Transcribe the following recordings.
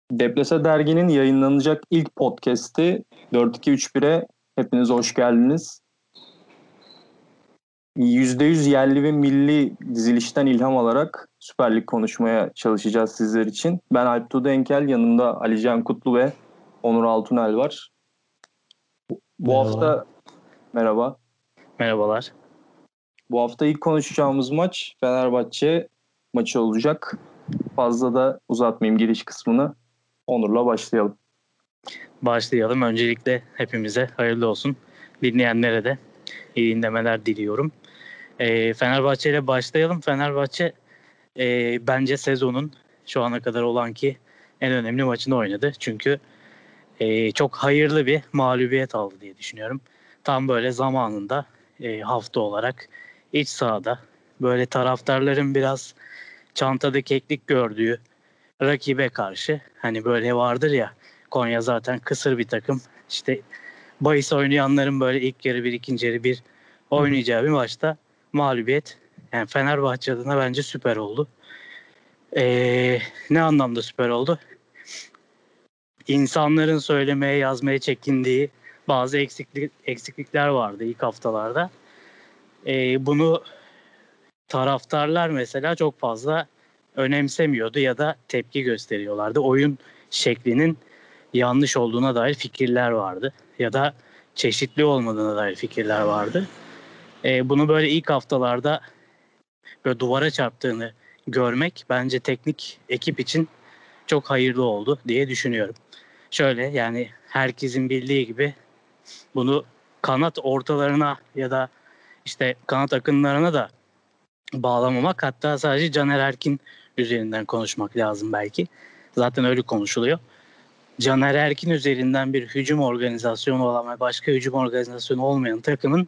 Deplase Dergi'nin yayınlanacak ilk podcast'i 4-2-3-1'e hepiniz hoş geldiniz. %100 yerli ve milli dizilişten ilham alarak Süper Lig konuşmaya çalışacağız sizler için. Ben Alp Tuğ Enkel, yanımda Ali Can Kutlu ve Onur Altunel var. Bu hafta merhaba. Merhabalar. Bu hafta ilk konuşacağımız maç Fenerbahçe maçı olacak. Fazla da uzatmayayım giriş kısmını. Onur'la başlayalım. Başlayalım. Öncelikle hepimize hayırlı olsun. Dinleyenlere de iyi dinlemeler diliyorum. Fenerbahçe ile başlayalım. Fenerbahçe bence sezonun şu ana kadar olan ki en önemli maçını oynadı. Çünkü çok hayırlı bir mağlubiyet aldı diye düşünüyorum. Tam böyle zamanında hafta olarak iç sahada böyle taraftarların biraz çantada keklik gördüğü rakibe karşı, hani böyle vardır ya, Konya zaten kısır bir takım. İşte bahis oynayanların böyle ilk yarı bir, ikinci yarı bir oynayacağı bir maçta mağlubiyet. Yani Fenerbahçe adına bence süper oldu. Ne anlamda süper oldu? İnsanların söylemeye, yazmaya çekindiği bazı eksiklikler vardı ilk haftalarda. Bunu taraftarlar mesela çok fazla önemsemiyordu ya da tepki gösteriyorlardı. Oyun şeklinin yanlış olduğuna dair fikirler vardı. Ya da çeşitli olmadığına dair fikirler vardı. Bunu böyle ilk haftalarda böyle duvara çarptığını görmek bence teknik ekip için çok hayırlı oldu diye düşünüyorum. Şöyle, yani herkesin bildiği gibi bunu kanat ortalarına ya da işte kanat akınlarına da bağlamamak, hatta sadece Caner Erkin üzerinden konuşmak lazım belki. Zaten öyle konuşuluyor. Caner Erkin üzerinden bir hücum organizasyonu olan ve başka hücum organizasyonu olmayan takımın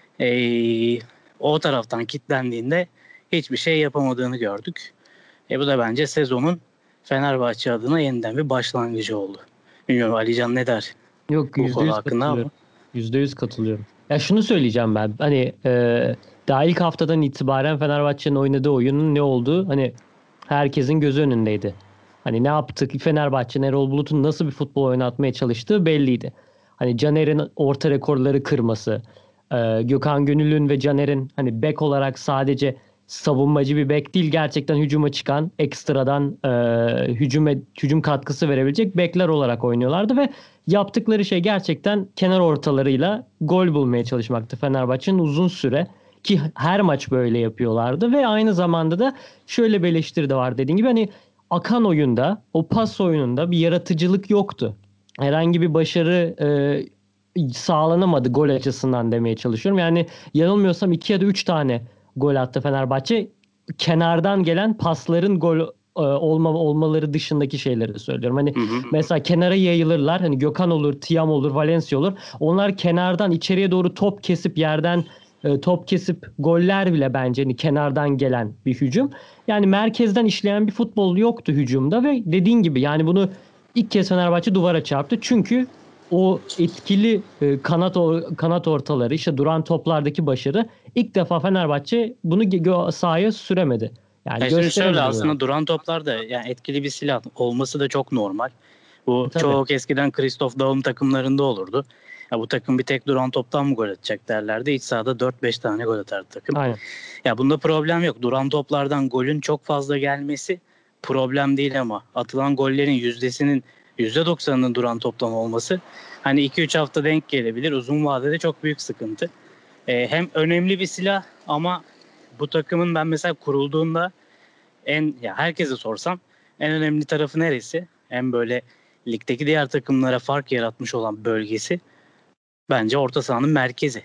o taraftan kilitlendiğinde hiçbir şey yapamadığını gördük. Bu da bence sezonun Fenerbahçe adına yeniden bir başlangıcı oldu. Bilmiyorum, Alican ne der? Yok, bu konu %100 hakkında ama. katılıyorum. %100 katılıyorum. Ya şunu söyleyeceğim ben. Hani daha ilk haftadan itibaren Fenerbahçe'nin oynadığı oyunun ne olduğu hani herkesin gözü önündeydi. Hani ne yaptık? Fenerbahçe'nin Erol Bulut'un nasıl bir futbol oynatmaya çalıştığı belliydi. Hani Caner'in orta rekorları kırması, Gökhan Gönül'ün ve Caner'in hani bek olarak sadece savunmacı bir bek değil, gerçekten hücuma çıkan, ekstradan hücum katkısı verebilecek bekler olarak oynuyorlardı ve yaptıkları şey gerçekten kenar ortalarıyla gol bulmaya çalışmaktı Fenerbahçe'nin uzun süre, ki her maç böyle yapıyorlardı. Ve aynı zamanda da şöyle bir eleştiri de var, dediğim gibi hani akan oyunda, o pas oyununda bir yaratıcılık yoktu. Herhangi bir başarı sağlanamadı gol açısından demeye çalışıyorum. Yani yanılmıyorsam 2 ya da 3 tane gol attı Fenerbahçe. Kenardan gelen pasların gol olmaları dışındaki şeyleri de söylüyorum. Hani mesela kenara yayılırlar. Hani Gökhan olur, Tiam olur, Valencia olur. Onlar kenardan içeriye doğru top kesip yerden top kesip goller bile bence hani kenardan gelen bir hücum. Yani merkezden işleyen bir futbol yoktu hücumda ve dediğin gibi yani bunu ilk kez Fenerbahçe duvara çarptı. Çünkü o etkili kanat ortaları, işte duran toplardaki başarı, ilk defa Fenerbahçe bunu sahaya süremedi. Yani Şimdi şöyle, gösteremedi. aslında duran toplar da yani etkili bir silah olması da çok normal. Bu Tabii. çok eskiden Christoph Daum takımlarında olurdu. Ya bu takım bir tek duran toptan mı gol atacak derlerdi. İç sahada 4-5 tane gol atardı takım. Aynen. Ya bunda problem yok. Duran toplardan golün çok fazla gelmesi problem değil, ama atılan gollerin yüzdesinin %90'ının duran toptan olması hani 2-3 hafta denk gelebilir. Uzun vadede çok büyük sıkıntı. Hem önemli bir silah, ama bu takımın ben mesela kurulduğunda herkese sorsam en önemli tarafı neresi? En böyle ligdeki diğer takımlara fark yaratmış olan bölgesi bence orta sahanın merkezi.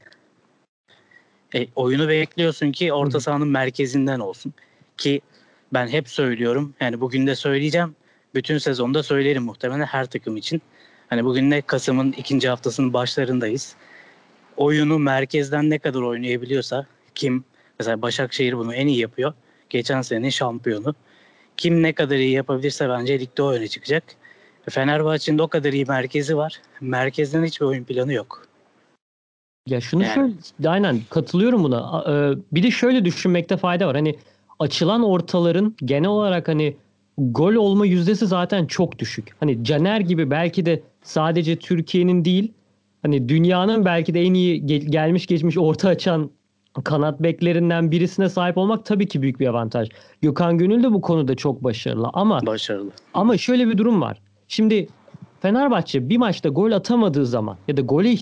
Oyunu bekliyorsun ki orta sahanın merkezinden olsun. Ki ben hep söylüyorum, yani bugün de söyleyeceğim. Bütün sezonda söylerim muhtemelen her takım için. Hani bugün ne Kasım'ın ikinci haftasının başlarındayız. Oyunu merkezden ne kadar oynayabiliyorsa, kim mesela Başakşehir bunu en iyi yapıyor. Geçen senenin şampiyonu. Kim ne kadar iyi yapabilirse bence ligde o öne çıkacak. Fenerbahçe'nin de o kadar iyi merkezi var. Merkezden hiçbir oyun planı yok. Ya şunu şöyle, aynen katılıyorum buna. Bir de şöyle düşünmekte fayda var. Hani açılan ortaların genel olarak hani gol olma yüzdesi zaten çok düşük. Hani Caner gibi belki de sadece Türkiye'nin değil, hani dünyanın belki de en iyi gelmiş geçmiş orta açan kanat beklerinden birisine sahip olmak tabii ki büyük bir avantaj. Gökhan Gönül de bu konuda çok başarılı Başarılı. ama şöyle bir durum var. Şimdi Fenerbahçe bir maçta gol atamadığı zaman ya da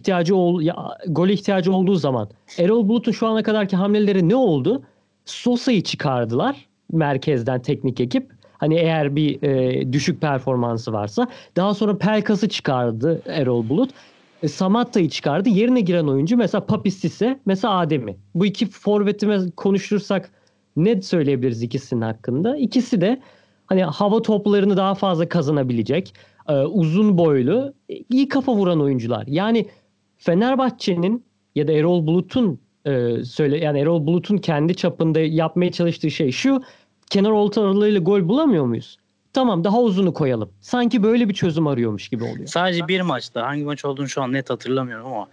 gole ihtiyacı olduğu zaman Erol Bulut'un şu ana kadarki hamleleri ne oldu? Sosa'yı çıkardılar merkezden teknik ekip. Hani eğer bir düşük performansı varsa. Daha sonra Pelkas'ı çıkardı Erol Bulut. Samatta'yı çıkardı. Yerine giren oyuncu mesela Papis Cisse, mesela Adem'i. Bu iki forveti konuşursak ne söyleyebiliriz ikisinin hakkında? İkisi de hani hava toplarını daha fazla kazanabilecek, uzun boylu, iyi kafa vuran oyuncular. Yani Fenerbahçe'nin ya da Erol Bulut'un yani Erol Bulut'un kendi çapında yapmaya çalıştığı şey şu: kenar ortalarıyla gol bulamıyor muyuz? Tamam, daha uzunu koyalım. Sanki böyle bir çözüm arıyormuş gibi oluyor. Sadece bir maçta, hangi maç olduğunu şu an net hatırlamıyorum ama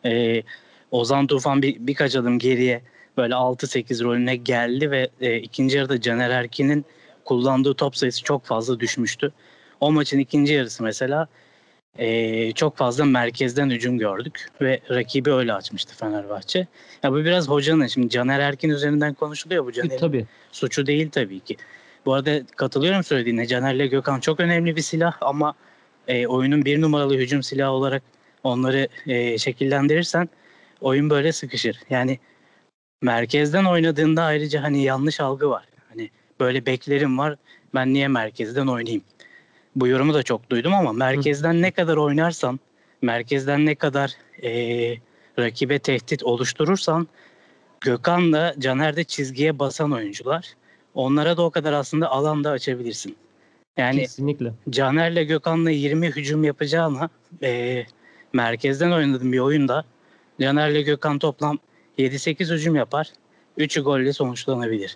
Ozan Tufan birkaç adım geriye böyle 6-8 rolüne geldi ve ikinci yarıda Caner Erkin'in kullandığı top sayısı çok fazla düşmüştü. O maçın ikinci yarısı mesela çok fazla merkezden hücum gördük ve rakibi öyle açmıştı Fenerbahçe. Ya bu biraz hocanın, şimdi Caner Erkin üzerinden konuşuluyor, bu Caner'in Tabii. suçu değil tabii ki. Bu arada katılıyorum söylediğine, Caner'le Gökhan çok önemli bir silah ama oyunun bir numaralı hücum silahı olarak onları şekillendirirsen oyun böyle sıkışır. Yani merkezden oynadığında ayrıca hani yanlış algı var. Hani böyle beklerim var, ben niye merkezden oynayayım? Bu yorumu da çok duydum ama merkezden ne kadar oynarsan, merkezden ne kadar rakibe tehdit oluşturursan, Gökhan'la Caner de çizgiye basan oyuncular. Onlara da o kadar aslında alan da açabilirsin. Yani Kesinlikle. Caner'le Gökhan'la 20 hücum yapacağına merkezden oynadığın bir oyunda Caner'le Gökhan toplam 7-8 hücum yapar. 3'ü golle sonuçlanabilir.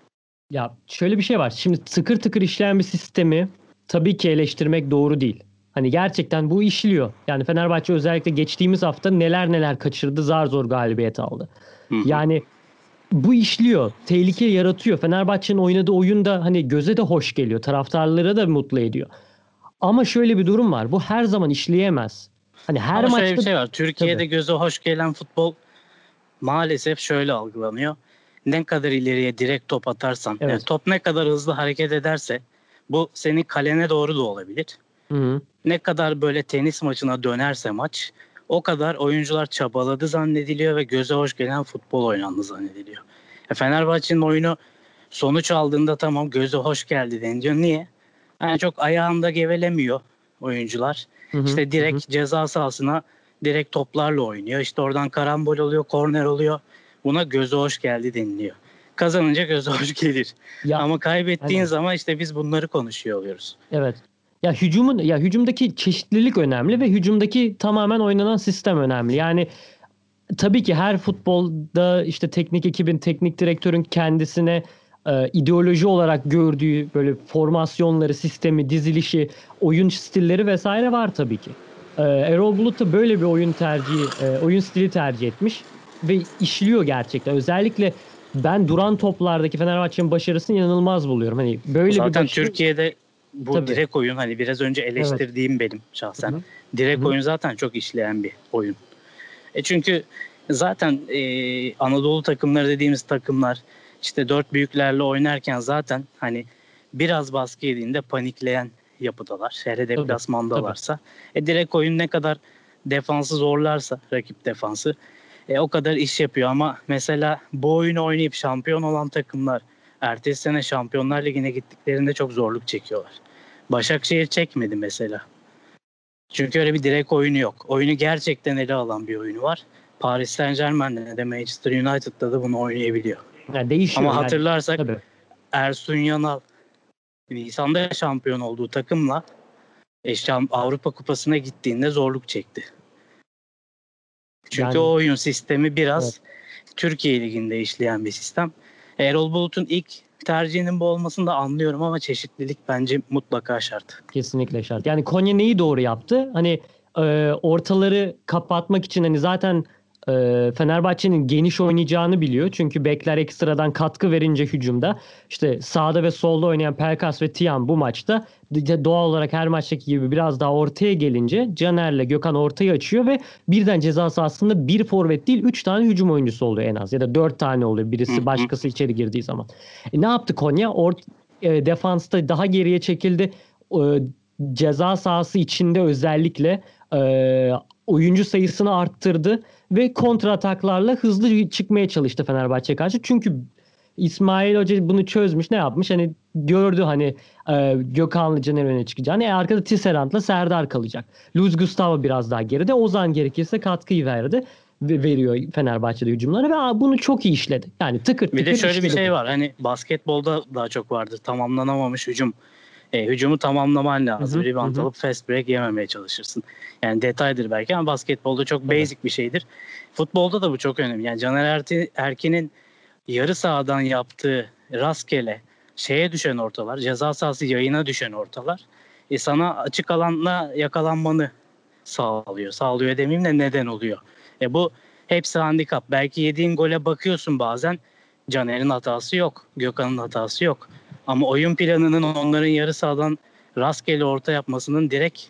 Ya şöyle bir şey var. Şimdi tıkır tıkır işleyen bir sistemi tabii ki eleştirmek doğru değil. Hani gerçekten bu işliyor. Yani Fenerbahçe özellikle geçtiğimiz hafta neler neler kaçırdı, zar zor galibiyet aldı. Yani bu işliyor. Tehlike yaratıyor. Fenerbahçe'nin oynadığı oyun da hani göze de hoş geliyor. Taraftarları da mutlu ediyor. Ama şöyle bir durum var. Bu her zaman işleyemez. Hani her Ama maçta... şöyle bir şey var. Türkiye'de Tabii. göze hoş gelen futbol maalesef şöyle algılanıyor. Ne kadar ileriye direkt top atarsan, Evet. yani top ne kadar hızlı hareket ederse bu senin kalene doğru da olabilir. Hı-hı. Ne kadar böyle tenis maçına dönerse maç, o kadar oyuncular çabaladı zannediliyor ve göze hoş gelen futbol oynandı zannediliyor. Fenerbahçe'nin oyunu sonuç aldığında tamam göze hoş geldi deniliyor. Niye? Yani çok ayağında gevelemiyor oyuncular. Hı-hı. İşte direkt Hı-hı. ceza sahasına direkt toplarla oynuyor. İşte oradan karambol oluyor, korner oluyor. Buna göze hoş geldi deniliyor. Kazanınca göze hoş gelir. Ya, ama kaybettiğin aynen. zaman işte biz bunları konuşuyor oluyoruz. Evet. Ya hücumdaki çeşitlilik önemli ve hücumdaki tamamen oynanan sistem önemli. Yani tabii ki her futbolda işte teknik ekibin, teknik direktörün kendisine ideoloji olarak gördüğü böyle formasyonları, sistemi, dizilişi, oyun stilleri vesaire var tabii ki. Erol Bulut da böyle bir oyun stili tercih etmiş ve işliyor gerçekten. Özellikle ben duran toplardaki Fenerbahçe'nin başarısını inanılmaz buluyorum. Hani böyle Zaten bir başarı... Türkiye'de bu Tabii. direkt oyun, hani biraz önce eleştirdiğim benim şahsen. Hı-hı. Direkt Hı-hı. oyun zaten çok işleyen bir oyun. Çünkü zaten Anadolu takımları dediğimiz takımlar işte dört büyüklerle oynarken zaten hani biraz baskı yediğinde panikleyen yapıdalar. Hele deplasmandalarsa. Direkt oyun ne kadar defansı zorlarsa, rakip defansı o kadar iş yapıyor. Ama mesela bu oyunu oynayıp şampiyon olan takımlar ertesi sene Şampiyonlar Ligi'ne gittiklerinde çok zorluk çekiyorlar. Başakşehir çekmedi mesela. Çünkü öyle bir direkt oyunu yok. Oyunu gerçekten ele alan bir oyunu var. Paris Saint-Germain'de de Manchester United'da da bunu oynayabiliyor. Yani değişiyor. Ama hatırlarsak Tabii. Ersun Yanal Nisan'da şampiyon olduğu takımla Avrupa Kupası'na gittiğinde zorluk çekti. Çünkü Yani, o oyun sistemi biraz evet. Türkiye Ligi'nde işleyen bir sistem. Erol Bulut'un ilk tercihinin bu olmasını da anlıyorum ama çeşitlilik bence mutlaka şart. Kesinlikle şart. Yani Konya neyi doğru yaptı? Hani ortaları kapatmak için hani zaten Fenerbahçe'nin geniş oynayacağını biliyor. Çünkü bekler ekstradan katkı verince hücumda işte sağda ve solda oynayan Pelkas ve Tiam bu maçta doğal olarak her maçtaki gibi biraz daha ortaya gelince Caner'le Gökhan ortayı açıyor ve birden ceza sahasında bir forvet değil 3 tane hücum oyuncusu oluyor en az ya da 4 tane oluyor birisi başkası içeri girdiği zaman. Ne yaptı Konya? Defansta daha geriye çekildi. Ceza sahası içinde özellikle oyuncu sayısını arttırdı ve kontra ataklarla hızlı çıkmaya çalıştı Fenerbahçe'ye karşı. Çünkü İsmail Hoca bunu çözmüş. Ne yapmış? Hani gördü hani Gökhan'la Caner öne çıkacağını. Arkada Tisserand'la Serdar kalacak. Luis Gustavo biraz daha geride. Ozan gerekirse katkıyı verdi. Veriyor Fenerbahçe'de hücumlara ve bunu çok iyi işledi. Yani tıkır tıkır Bir de şöyle bir işledi. şey var. Hani basketbolda daha çok vardır. Tamamlanamamış hücum. Hücumu tamamlaman lazım. Rebound alıp fast break yememeye çalışırsın. Yani detaydır belki ama basketbolda çok basic bir şeydir. Futbolda da bu çok önemli. Yani Caner Erkin'in yarı sahadan yaptığı rastgele şeye düşen ortalar, ceza sahası yayına düşen ortalar sana açık alanla yakalanmanı sağlıyor. Sağlıyor demeyeyim de neden oluyor. Bu hepsi handikap. Belki yediğin gole bakıyorsun bazen. Caner'in hatası yok. Gökhan'ın hatası yok. Ama oyun planının onların yarı sahadan rastgele orta yapmasının direkt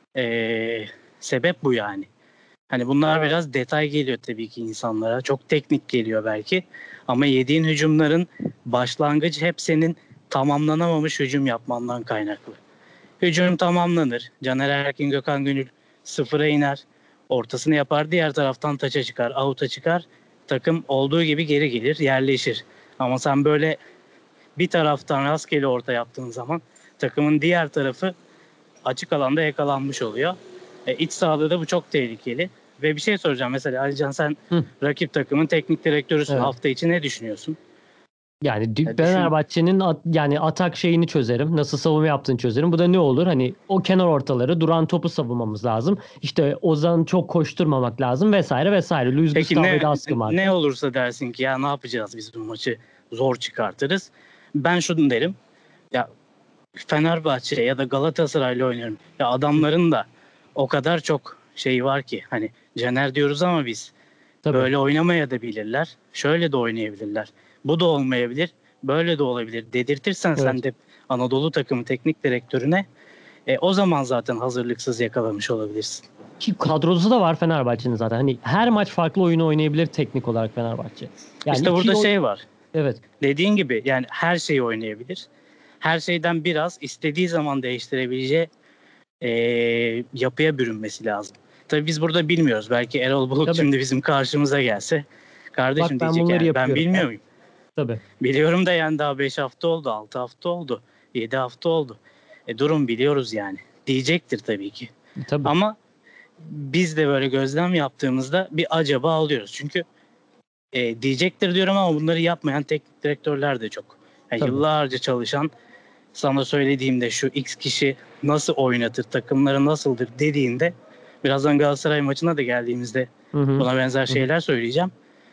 sebep bu yani. Hani bunlar biraz detay geliyor tabii ki insanlara. Çok teknik geliyor belki. Ama yediğin hücumların başlangıcı hep senin tamamlanamamış hücum yapmandan kaynaklı. Hücum tamamlanır. Caner Erkin, Gökhan Gönül sıfıra iner. Ortasını yapar. Diğer taraftan taça çıkar. Out'a çıkar. Takım olduğu gibi geri gelir. Yerleşir. Ama sen böyle bir taraftan rastgele orta yaptığın zaman takımın diğer tarafı açık alanda yakalanmış oluyor. İç sahada da bu çok tehlikeli. Ve bir şey soracağım. Mesela Alican sen rakip takımın teknik direktörüsün. Evet. Hafta içi ne düşünüyorsun? Yani Fenerbahçe'nin yani atak şeyini çözerim. Nasıl savunma yaptığını çözerim. Bu da ne olur? Hani o kenar ortaları duran topu savunmamız lazım. İşte Ozan'ı çok koşturmamak lazım vesaire vesaire. Luis Peki Gustavo'yu da askı var. ne olursa dersin ki ya ne yapacağız biz bu maçı zor çıkartırız. Ben şunu derim. Ya Fenerbahçe ya da Galatasaray'la oynuyorum. Ya adamların da o kadar çok şey var ki hani Caner diyoruz ama biz Tabii. böyle oynamaya da bilirler. Şöyle de oynayabilirler. Bu da olmayabilir. Böyle de olabilir. Dedirtirsen sen de Anadolu takımı teknik direktörüne o zaman zaten hazırlıksız yakalamış olabilirsin. Ki kadrosu da var Fenerbahçe'nin zaten. Hani her maç farklı oyunu oynayabilir teknik olarak Fenerbahçe. Yani işte burada şey var. Evet. Dediğin gibi yani her şeyi oynayabilir. Her şeyden biraz istediği zaman değiştirebileceği yapıya bürünmesi lazım. Tabii biz burada bilmiyoruz. Belki Erol Bulut şimdi bizim karşımıza gelse kardeşim bak, ben diyecek yani ben bilmiyor muyum? Tabii. Biliyorum da yani daha 5 hafta oldu, 6 hafta oldu, 7 hafta oldu. Durum biliyoruz yani. Diyecektir tabii ki. Tabii. Ama biz de böyle gözlem yaptığımızda bir acaba alıyoruz. Çünkü diyecektir diyorum ama bunları yapmayan teknik direktörler de çok. Yani yıllarca çalışan sana söylediğimde şu X kişi nasıl oynatır, takımları nasıldır dediğinde birazdan Galatasaray maçına da geldiğimizde buna benzer şeyler söyleyeceğim.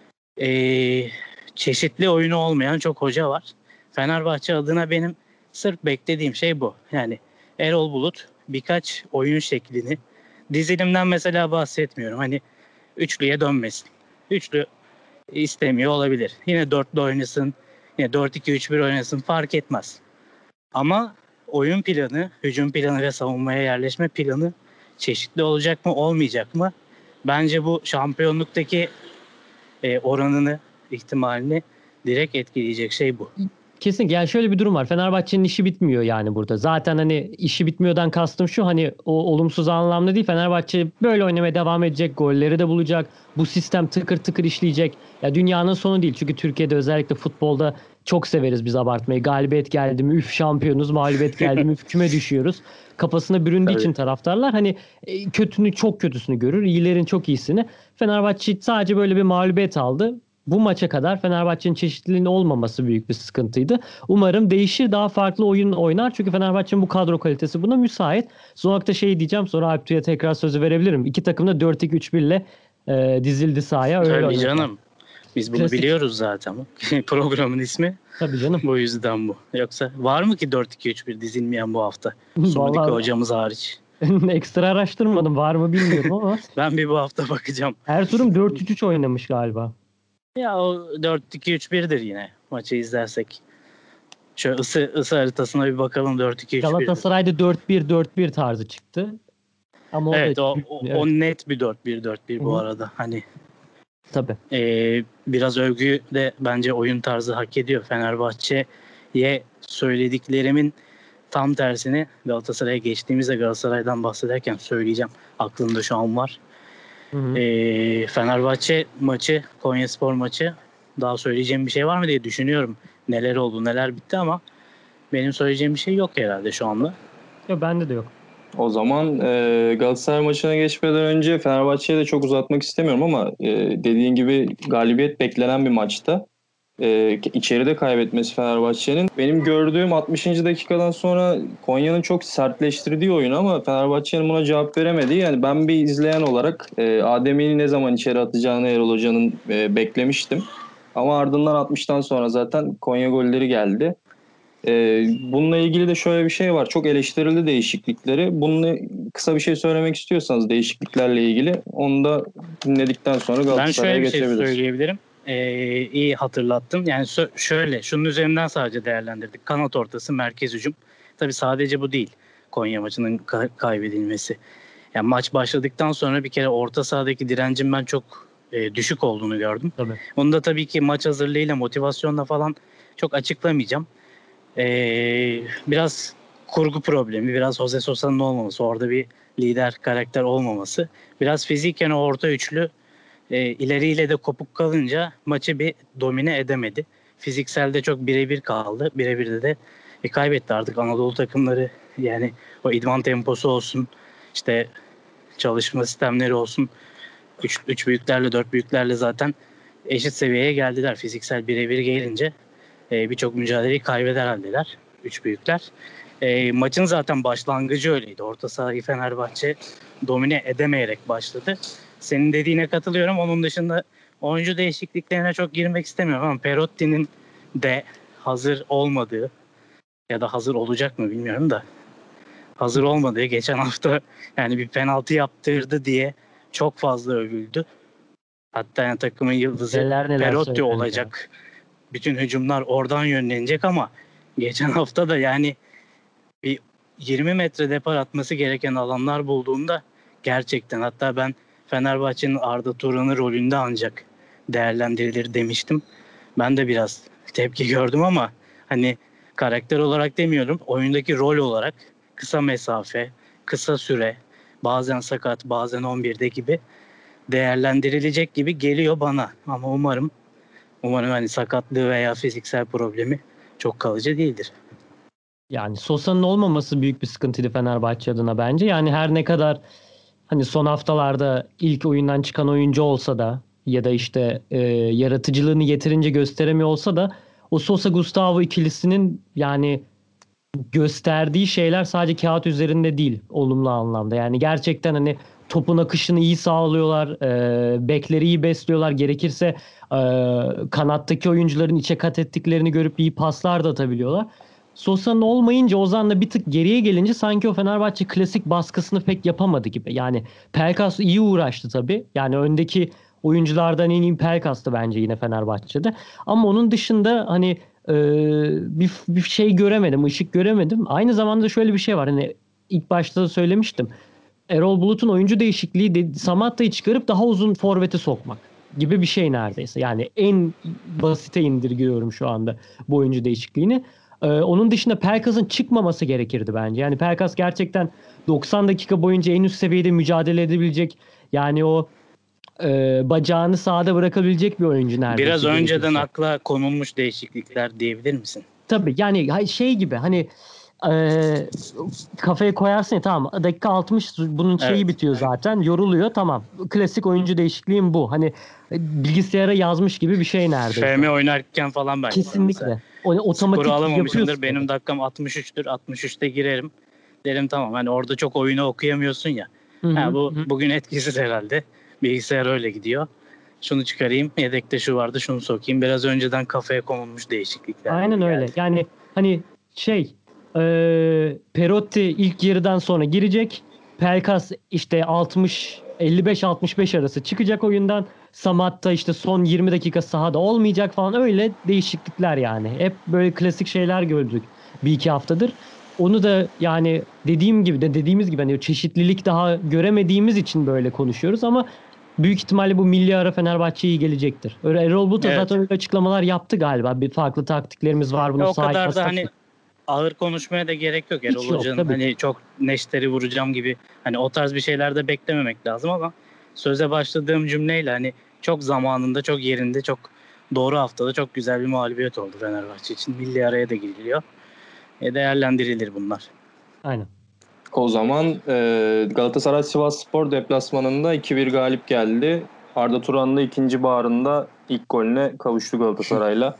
Çeşitli oyunu olmayan çok hoca var. Fenerbahçe adına benim sırf beklediğim şey bu. Yani Erol Bulut birkaç oyun şeklini dizilimden mesela bahsetmiyorum. Hani üçlüye dönmesin. Üçlü istemiyor olabilir. Yine dörtlü oynasın. Yine 4-2-3-1 oynasın fark etmez. Ama oyun planı, hücum planı ve savunmaya yerleşme planı çeşitli olacak mı, olmayacak mı? Bence bu şampiyonluktaki oranını, ihtimalini direkt etkileyecek şey bu. Kesinlikle. Yani şöyle bir durum var. Fenerbahçe'nin işi bitmiyor yani burada. Zaten hani işi bitmiyordan kastım şu, hani o olumsuz anlamda değil. Fenerbahçe böyle oynamaya devam edecek. Golleri de bulacak. Bu sistem tıkır tıkır işleyecek. Ya dünyanın sonu değil. Çünkü Türkiye'de özellikle futbolda çok severiz biz abartmayı. Galibiyet geldi mi üf şampiyonuz. Mağlubiyet geldi mi üf küme düşüyoruz. Kafasına büründüğü için taraftarlar hani kötünün çok kötüsünü görür. İyilerin çok iyisini. Fenerbahçe sadece böyle bir mağlubiyet aldı. Bu maça kadar Fenerbahçe'nin çeşitliliğinin olmaması büyük bir sıkıntıydı. Umarım değişir, daha farklı oyun oynar. Çünkü Fenerbahçe'nin bu kadro kalitesi buna müsait. Son nokta şey diyeceğim, sonra Alptu'ya tekrar sözü verebilirim. İki takım da 4-2-3-1 ile dizildi sahaya. Öyle Tabii oynadı. canım. Biz bunu Klasik. biliyoruz zaten. Programın ismi. Tabii canım. Bu yüzden bu. Yoksa var mı ki 4-2-3-1 dizilmeyen bu hafta? Sonraki Vallahi hocamız hariç. Ekstra araştırmadım, var mı bilmiyorum ama Ben bir bu hafta bakacağım. Erzurum 4-3-3 oynamış galiba. Ya o 4-2-3-1'dir yine maçı izlersek. Şöyle ısı haritasına bir bakalım, 4-2-3-1'dir. Galatasaray'da 4-1-4-1 tarzı çıktı. Ama o da Evet, o evet. net bir 4-1-4-1 bu Hı hı. arada. Hani Tabii. biraz övgü de bence oyun tarzı hak ediyor. Fenerbahçe'ye söylediklerimin tam tersini Galatasaray'a geçtiğimizde Galatasaray'dan bahsederken söyleyeceğim. Aklımda şu an var. Hı hı. Fenerbahçe maçı, Konyaspor maçı, daha söyleyeceğim bir şey var mı diye düşünüyorum. Neler oldu, neler bitti ama benim söyleyeceğim bir şey yok herhalde şu anda. Yok, bende de yok. O zaman Galatasaray maçına geçmeden önce Fenerbahçe'ye de çok uzatmak istemiyorum ama dediğin gibi galibiyet beklenen bir maçta. İçeride kaybetmesi Fenerbahçe'nin. Benim gördüğüm 60. dakikadan sonra Konya'nın çok sertleştirdiği oyunu ama Fenerbahçe'nin buna cevap veremedi. Yani ben bir izleyen olarak Adem'i ne zaman içeri atacağını Erol Hoca'nın beklemiştim. Ama ardından 60'tan sonra zaten Konya golleri geldi. Bununla ilgili de şöyle bir şey var. Çok eleştirildi değişiklikleri. Bununla kısa bir şey söylemek istiyorsanız değişikliklerle ilgili onu da dinledikten sonra Ben Galatasaray'a şöyle bir şey geçebiliriz. söyleyebilirim. İyi hatırlattın. Yani şöyle, şunun üzerinden sadece değerlendirdik. Kanat ortası, merkez hücum. Tabii sadece bu değil. Konya maçının kaybedilmesi. Yani maç başladıktan sonra bir kere orta sahadaki direncin ben çok düşük olduğunu gördüm. Tabii. Onu da tabii ki maç hazırlığıyla, motivasyonla falan çok açıklamayacağım. Biraz kurgu problemi, biraz Jose Sosa'nın olmaması, orada bir lider karakter olmaması. Biraz fiziken o orta üçlü ileriyle de kopuk kalınca maçı bir domine edemedi. Fizikselde çok birebir kaldı. Birebir de kaybetti artık Anadolu takımları. Yani o idman temposu olsun, işte çalışma sistemleri olsun. Üç büyüklerle, dört büyüklerle zaten eşit seviyeye geldiler. Fiziksel birebir gelince birçok mücadeleyi kaybeder haldeler. Üç büyükler. Maçın zaten başlangıcı öyleydi. Orta sahayı Fenerbahçe domine edemeyerek başladı. Senin dediğine katılıyorum. Onun dışında oyuncu değişikliklerine çok girmek istemiyorum ama Perotti'nin de hazır olmadığı ya da hazır olacak mı bilmiyorum da hazır olmadığı geçen hafta yani bir penaltı yaptırdı diye çok fazla övüldü. Hatta yani takımın yıldızı Neler Perotti söylendi ya. olacak. Bütün hücumlar oradan yönlenecek ama geçen hafta da yani bir 20 metre depar atması gereken alanlar bulduğunda gerçekten, hatta ben Fenerbahçe'nin Arda Turan'ı rolünde ancak değerlendirilir demiştim. Ben de biraz tepki gördüm ama hani karakter olarak demiyorum, oyundaki rol olarak kısa mesafe, kısa süre, bazen sakat, bazen 11'de gibi değerlendirilecek gibi geliyor bana. Ama umarım hani sakatlığı veya fiziksel problemi çok kalıcı değildir. Yani Sosa'nın olmaması büyük bir sıkıntıydı Fenerbahçe adına bence. Yani her ne kadar hani son haftalarda ilk oyundan çıkan oyuncu olsa da ya da işte yaratıcılığını yeterince gösteremiyor olsa da o Sosa Gustavo ikilisinin yani gösterdiği şeyler sadece kağıt üzerinde değil, olumlu anlamda. Yani gerçekten hani topun akışını iyi sağlıyorlar, bekleri iyi besliyorlar. Gerekirse e, kanattaki oyuncuların içe kat ettiklerini görüp iyi paslar da atabiliyorlar. Sosa'nın olmayınca, Ozan'la bir tık geriye gelince sanki o Fenerbahçe klasik baskısını pek yapamadı gibi. Yani Pelkas iyi uğraştı tabii. Yani öndeki oyunculardan en iyi Pelkas'tı bence yine Fenerbahçe'de. Ama onun dışında hani bir şey göremedim, ışık göremedim. Aynı zamanda şöyle bir şey var. Hani ilk başta da söylemiştim. Erol Bulut'un oyuncu değişikliği Samatta'yı çıkarıp daha uzun forvete sokmak gibi bir şey neredeyse. Yani en basite indirgiyorum şu anda bu oyuncu değişikliğini. Onun dışında Pelkas'ın çıkmaması gerekirdi bence. Yani Pelkas gerçekten 90 dakika boyunca en üst seviyede mücadele edebilecek, yani o bacağını sahada bırakabilecek bir oyuncu Biraz neredeyse önceden gerekirse. akla konulmuş değişiklikler diyebilir misin? Tabii yani şey gibi hani e, kafaya koyarsın ya, tamam dakika 60 bunun şeyi Evet. bitiyor zaten, yoruluyor, tamam. Klasik oyuncu değişikliğim bu. Hani bilgisayara yazmış gibi bir şey FM neredeyse. oynarken falan ben yaparım mesela. Kesinlikle. O Skoru otomatik alamamışımdır. yapıyorsun Benim onu. dakikam 63'tür. 63'te girerim. Derim tamam. Hani orada çok oyunu okuyamıyorsun ya. Hı Ha, hı, bu hı. bugün etkisiz herhalde. Bilgisayar öyle gidiyor. Şunu çıkarayım. Yedekte şu vardı, şunu sokayım. Biraz önceden kafaya konulmuş değişiklikler Aynen gibi öyle. geldi. Yani hani şey Perotti ilk yarıdan sonra girecek. Pelkas işte 55-65 arası çıkacak oyundan. Samatta işte son 20 dakika sahada olmayacak falan, öyle değişiklikler yani. Hep böyle klasik şeyler gördük bir iki haftadır. Onu da yani dediğimiz gibi hani çeşitlilik daha göremediğimiz için böyle konuşuyoruz ama büyük ihtimalle bu milli ara Fenerbahçe'ye iyi gelecektir. Öyle Erol Bulut da Evet. zaten öyle açıklamalar yaptı galiba. Bir farklı taktiklerimiz var, bunu O sahaya kadar da yansıtmak. hani ağır konuşmaya da gerek yok Hiç Erol yok Hoca'nın. tabii. Hani çok neşteri vuracağım gibi hani o tarz bir şeyler de beklememek lazım ama söze başladığım cümleyle hani çok zamanında, çok yerinde, çok doğru haftada çok güzel bir mağlubiyet oldu Fenerbahçe için. Milli araya da giriliyor. Değerlendirilir bunlar. Aynen. O zaman Galatasaray Sivasspor deplasmanında 2-1 galip geldi. Arda Turan da ikinci bağrında ilk golüne kavuştu Galatasaray'la.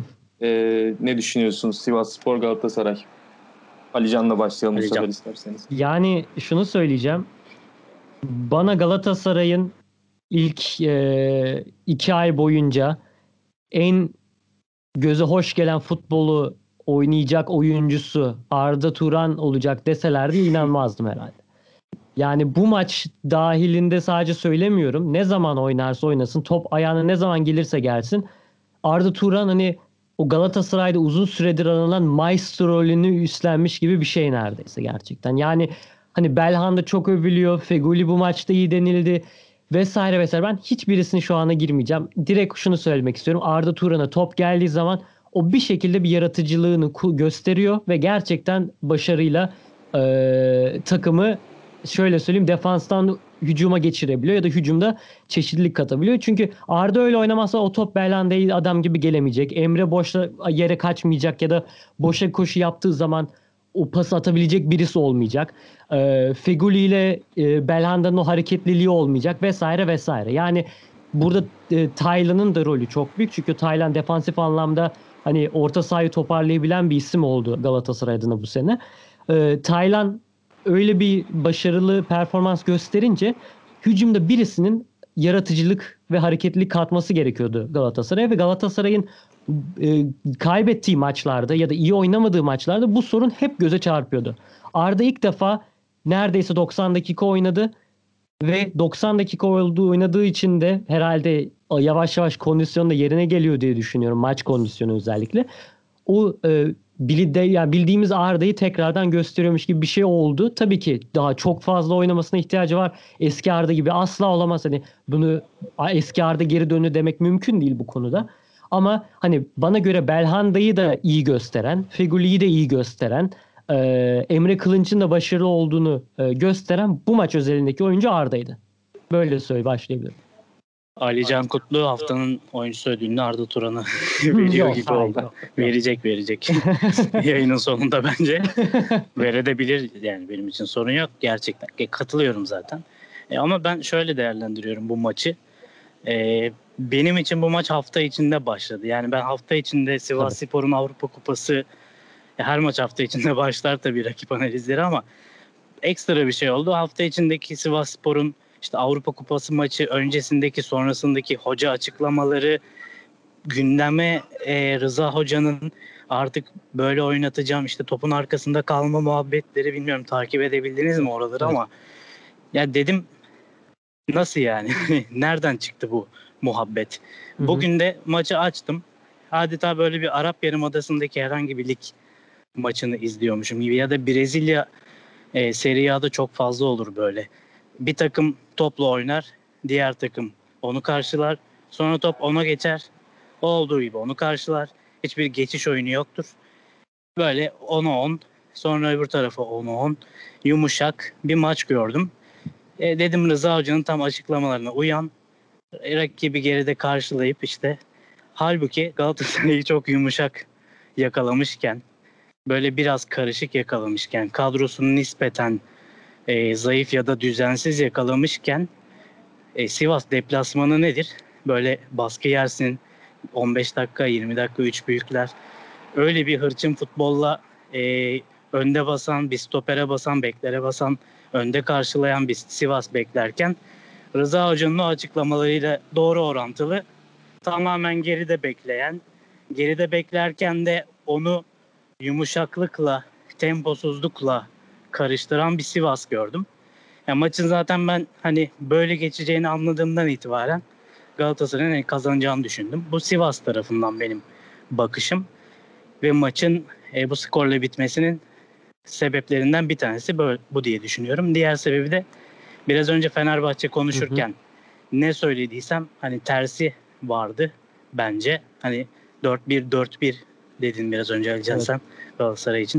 Ne düşünüyorsunuz Sivasspor Galatasaray? Alican'la başlayalım bu Alican. sefer isterseniz. Yani şunu söyleyeceğim. Bana Galatasaray'ın ilk 2 ay boyunca en göze hoş gelen futbolu oynayacak oyuncusu Arda Turan olacak deselerdi inanmazdım herhalde. Yani bu maç dahilinde sadece söylemiyorum. Ne zaman oynarsa oynasın, top ayağına ne zaman gelirse gelsin, Arda Turan hani o Galatasaray'da uzun süredir anılan maestro rolünü üstlenmiş gibi bir şey neredeyse gerçekten. Yani hani Belhanda çok övülüyor. Feguli bu maçta iyi denildi. Vesaire vesaire. Ben hiçbirisini şu ana girmeyeceğim. Direkt şunu söylemek istiyorum. Arda Turan'a top geldiği zaman o bir şekilde bir yaratıcılığını gösteriyor ve gerçekten başarıyla takımı şöyle söyleyeyim defanstan hücuma geçirebiliyor ya da hücumda çeşitlilik katabiliyor. Çünkü Arda öyle oynamazsa o top Belhanda'ya adam gibi gelemeyecek. Emre boşta yere kaçmayacak ya da boşa koşu yaptığı zaman o pası atabilecek birisi olmayacak. Feguli ile Belhanda'nın o hareketliliği olmayacak vesaire vesaire. Yani burada Taylan'ın da rolü çok büyük. Çünkü Taylan defansif anlamda hani orta sahayı toparlayabilen bir isim oldu Galatasaray adına bu sene. Taylan öyle bir başarılı performans gösterince hücumda birisinin yaratıcılık ve hareketlilik katması gerekiyordu Galatasaray'a ve Galatasaray'ın kaybettiği maçlarda ya da iyi oynamadığı maçlarda bu sorun hep göze çarpıyordu. Arda ilk defa neredeyse 90 dakika oynadı ve 90 dakika oynadığı için de herhalde yavaş yavaş kondisyonu da yerine geliyor diye düşünüyorum. Maç kondisyonu özellikle. O yani bildiğimiz Arda'yı tekrardan gösteriyormuş gibi bir şey oldu. Tabii ki daha çok fazla oynamasına ihtiyacı var. Eski Arda gibi asla olamaz. Hani bunu eski Arda geri dönü demek mümkün değil bu konuda. Ama hani bana göre Belhanda'yı da iyi gösteren, Feguli'yi de iyi gösteren, Emre Kılınç'ın da başarılı olduğunu gösteren bu maç özelindeki oyuncu Arda'ydı. Böyle başlayabilirim. Alican Kutlu haftanın oyuncusu ödülünü Arda Turan'a veriyor Yok, gibi hayır, oldu. yok. Verecek. Yayının sonunda bence verebilir, yani benim için sorun yok gerçekten. Katılıyorum zaten. Ama ben şöyle değerlendiriyorum bu maçı. Benim için bu maç hafta içinde başladı. Yani ben hafta içinde Sivasspor'un Avrupa Kupası, her maç hafta içinde başlar tabii rakip analizleri ama ekstra bir şey oldu. Hafta içindeki Sivasspor'un işte Avrupa Kupası maçı öncesindeki sonrasındaki hoca açıklamaları, gündeme Rıza Hoca'nın artık böyle oynatacağım işte topun arkasında kalma muhabbetleri, bilmiyorum takip edebildiniz mi oraları, Evet. ama ya dedim nasıl yani? Nereden çıktı bu muhabbet? Hı-hı. Bugün de maçı açtım. Adeta böyle bir Arap Yarımadası'ndaki herhangi bir lig maçını izliyormuşum gibi, ya da Brezilya Serie A'da çok fazla olur böyle. Bir takım topla oynar, diğer takım onu karşılar. Sonra top ona geçer. O olduğu gibi onu karşılar. Hiçbir geçiş oyunu yoktur. Böyle 10'a 10, sonra öbür tarafa 10'a 10 yumuşak bir maç gördüm. Dedim Rıza Hoca'nın tam açıklamalarına uyan. Rakibi geride karşılayıp işte, halbuki Galatasaray'ı çok yumuşak yakalamışken, böyle biraz karışık yakalamışken, kadrosunu nispeten zayıf ya da düzensiz yakalamışken, Sivas deplasmanı nedir? Böyle baskı yersin, 15 dakika 20 dakika 3 büyükler. Öyle bir hırçın futbolla önde basan, bir stopere basan, beklere basan, önde karşılayan bir Sivas beklerken, Rıza Hoca'nın o açıklamalarıyla doğru orantılı tamamen geride beklerken de onu yumuşaklıkla, temposuzlukla karıştıran bir Sivas gördüm. Ya maçın zaten ben hani böyle geçeceğini anladığımdan itibaren Galatasaray'ın kazanacağını düşündüm. Bu Sivas tarafından benim bakışım ve maçın bu skorla bitmesinin sebeplerinden bir tanesi bu diye düşünüyorum. Diğer sebebi de biraz önce Fenerbahçe konuşurken ne söylediysem hani tersi vardı bence. Hani 4-1-4-1 dedin biraz önce Alican Evet. sen Galatasaray için.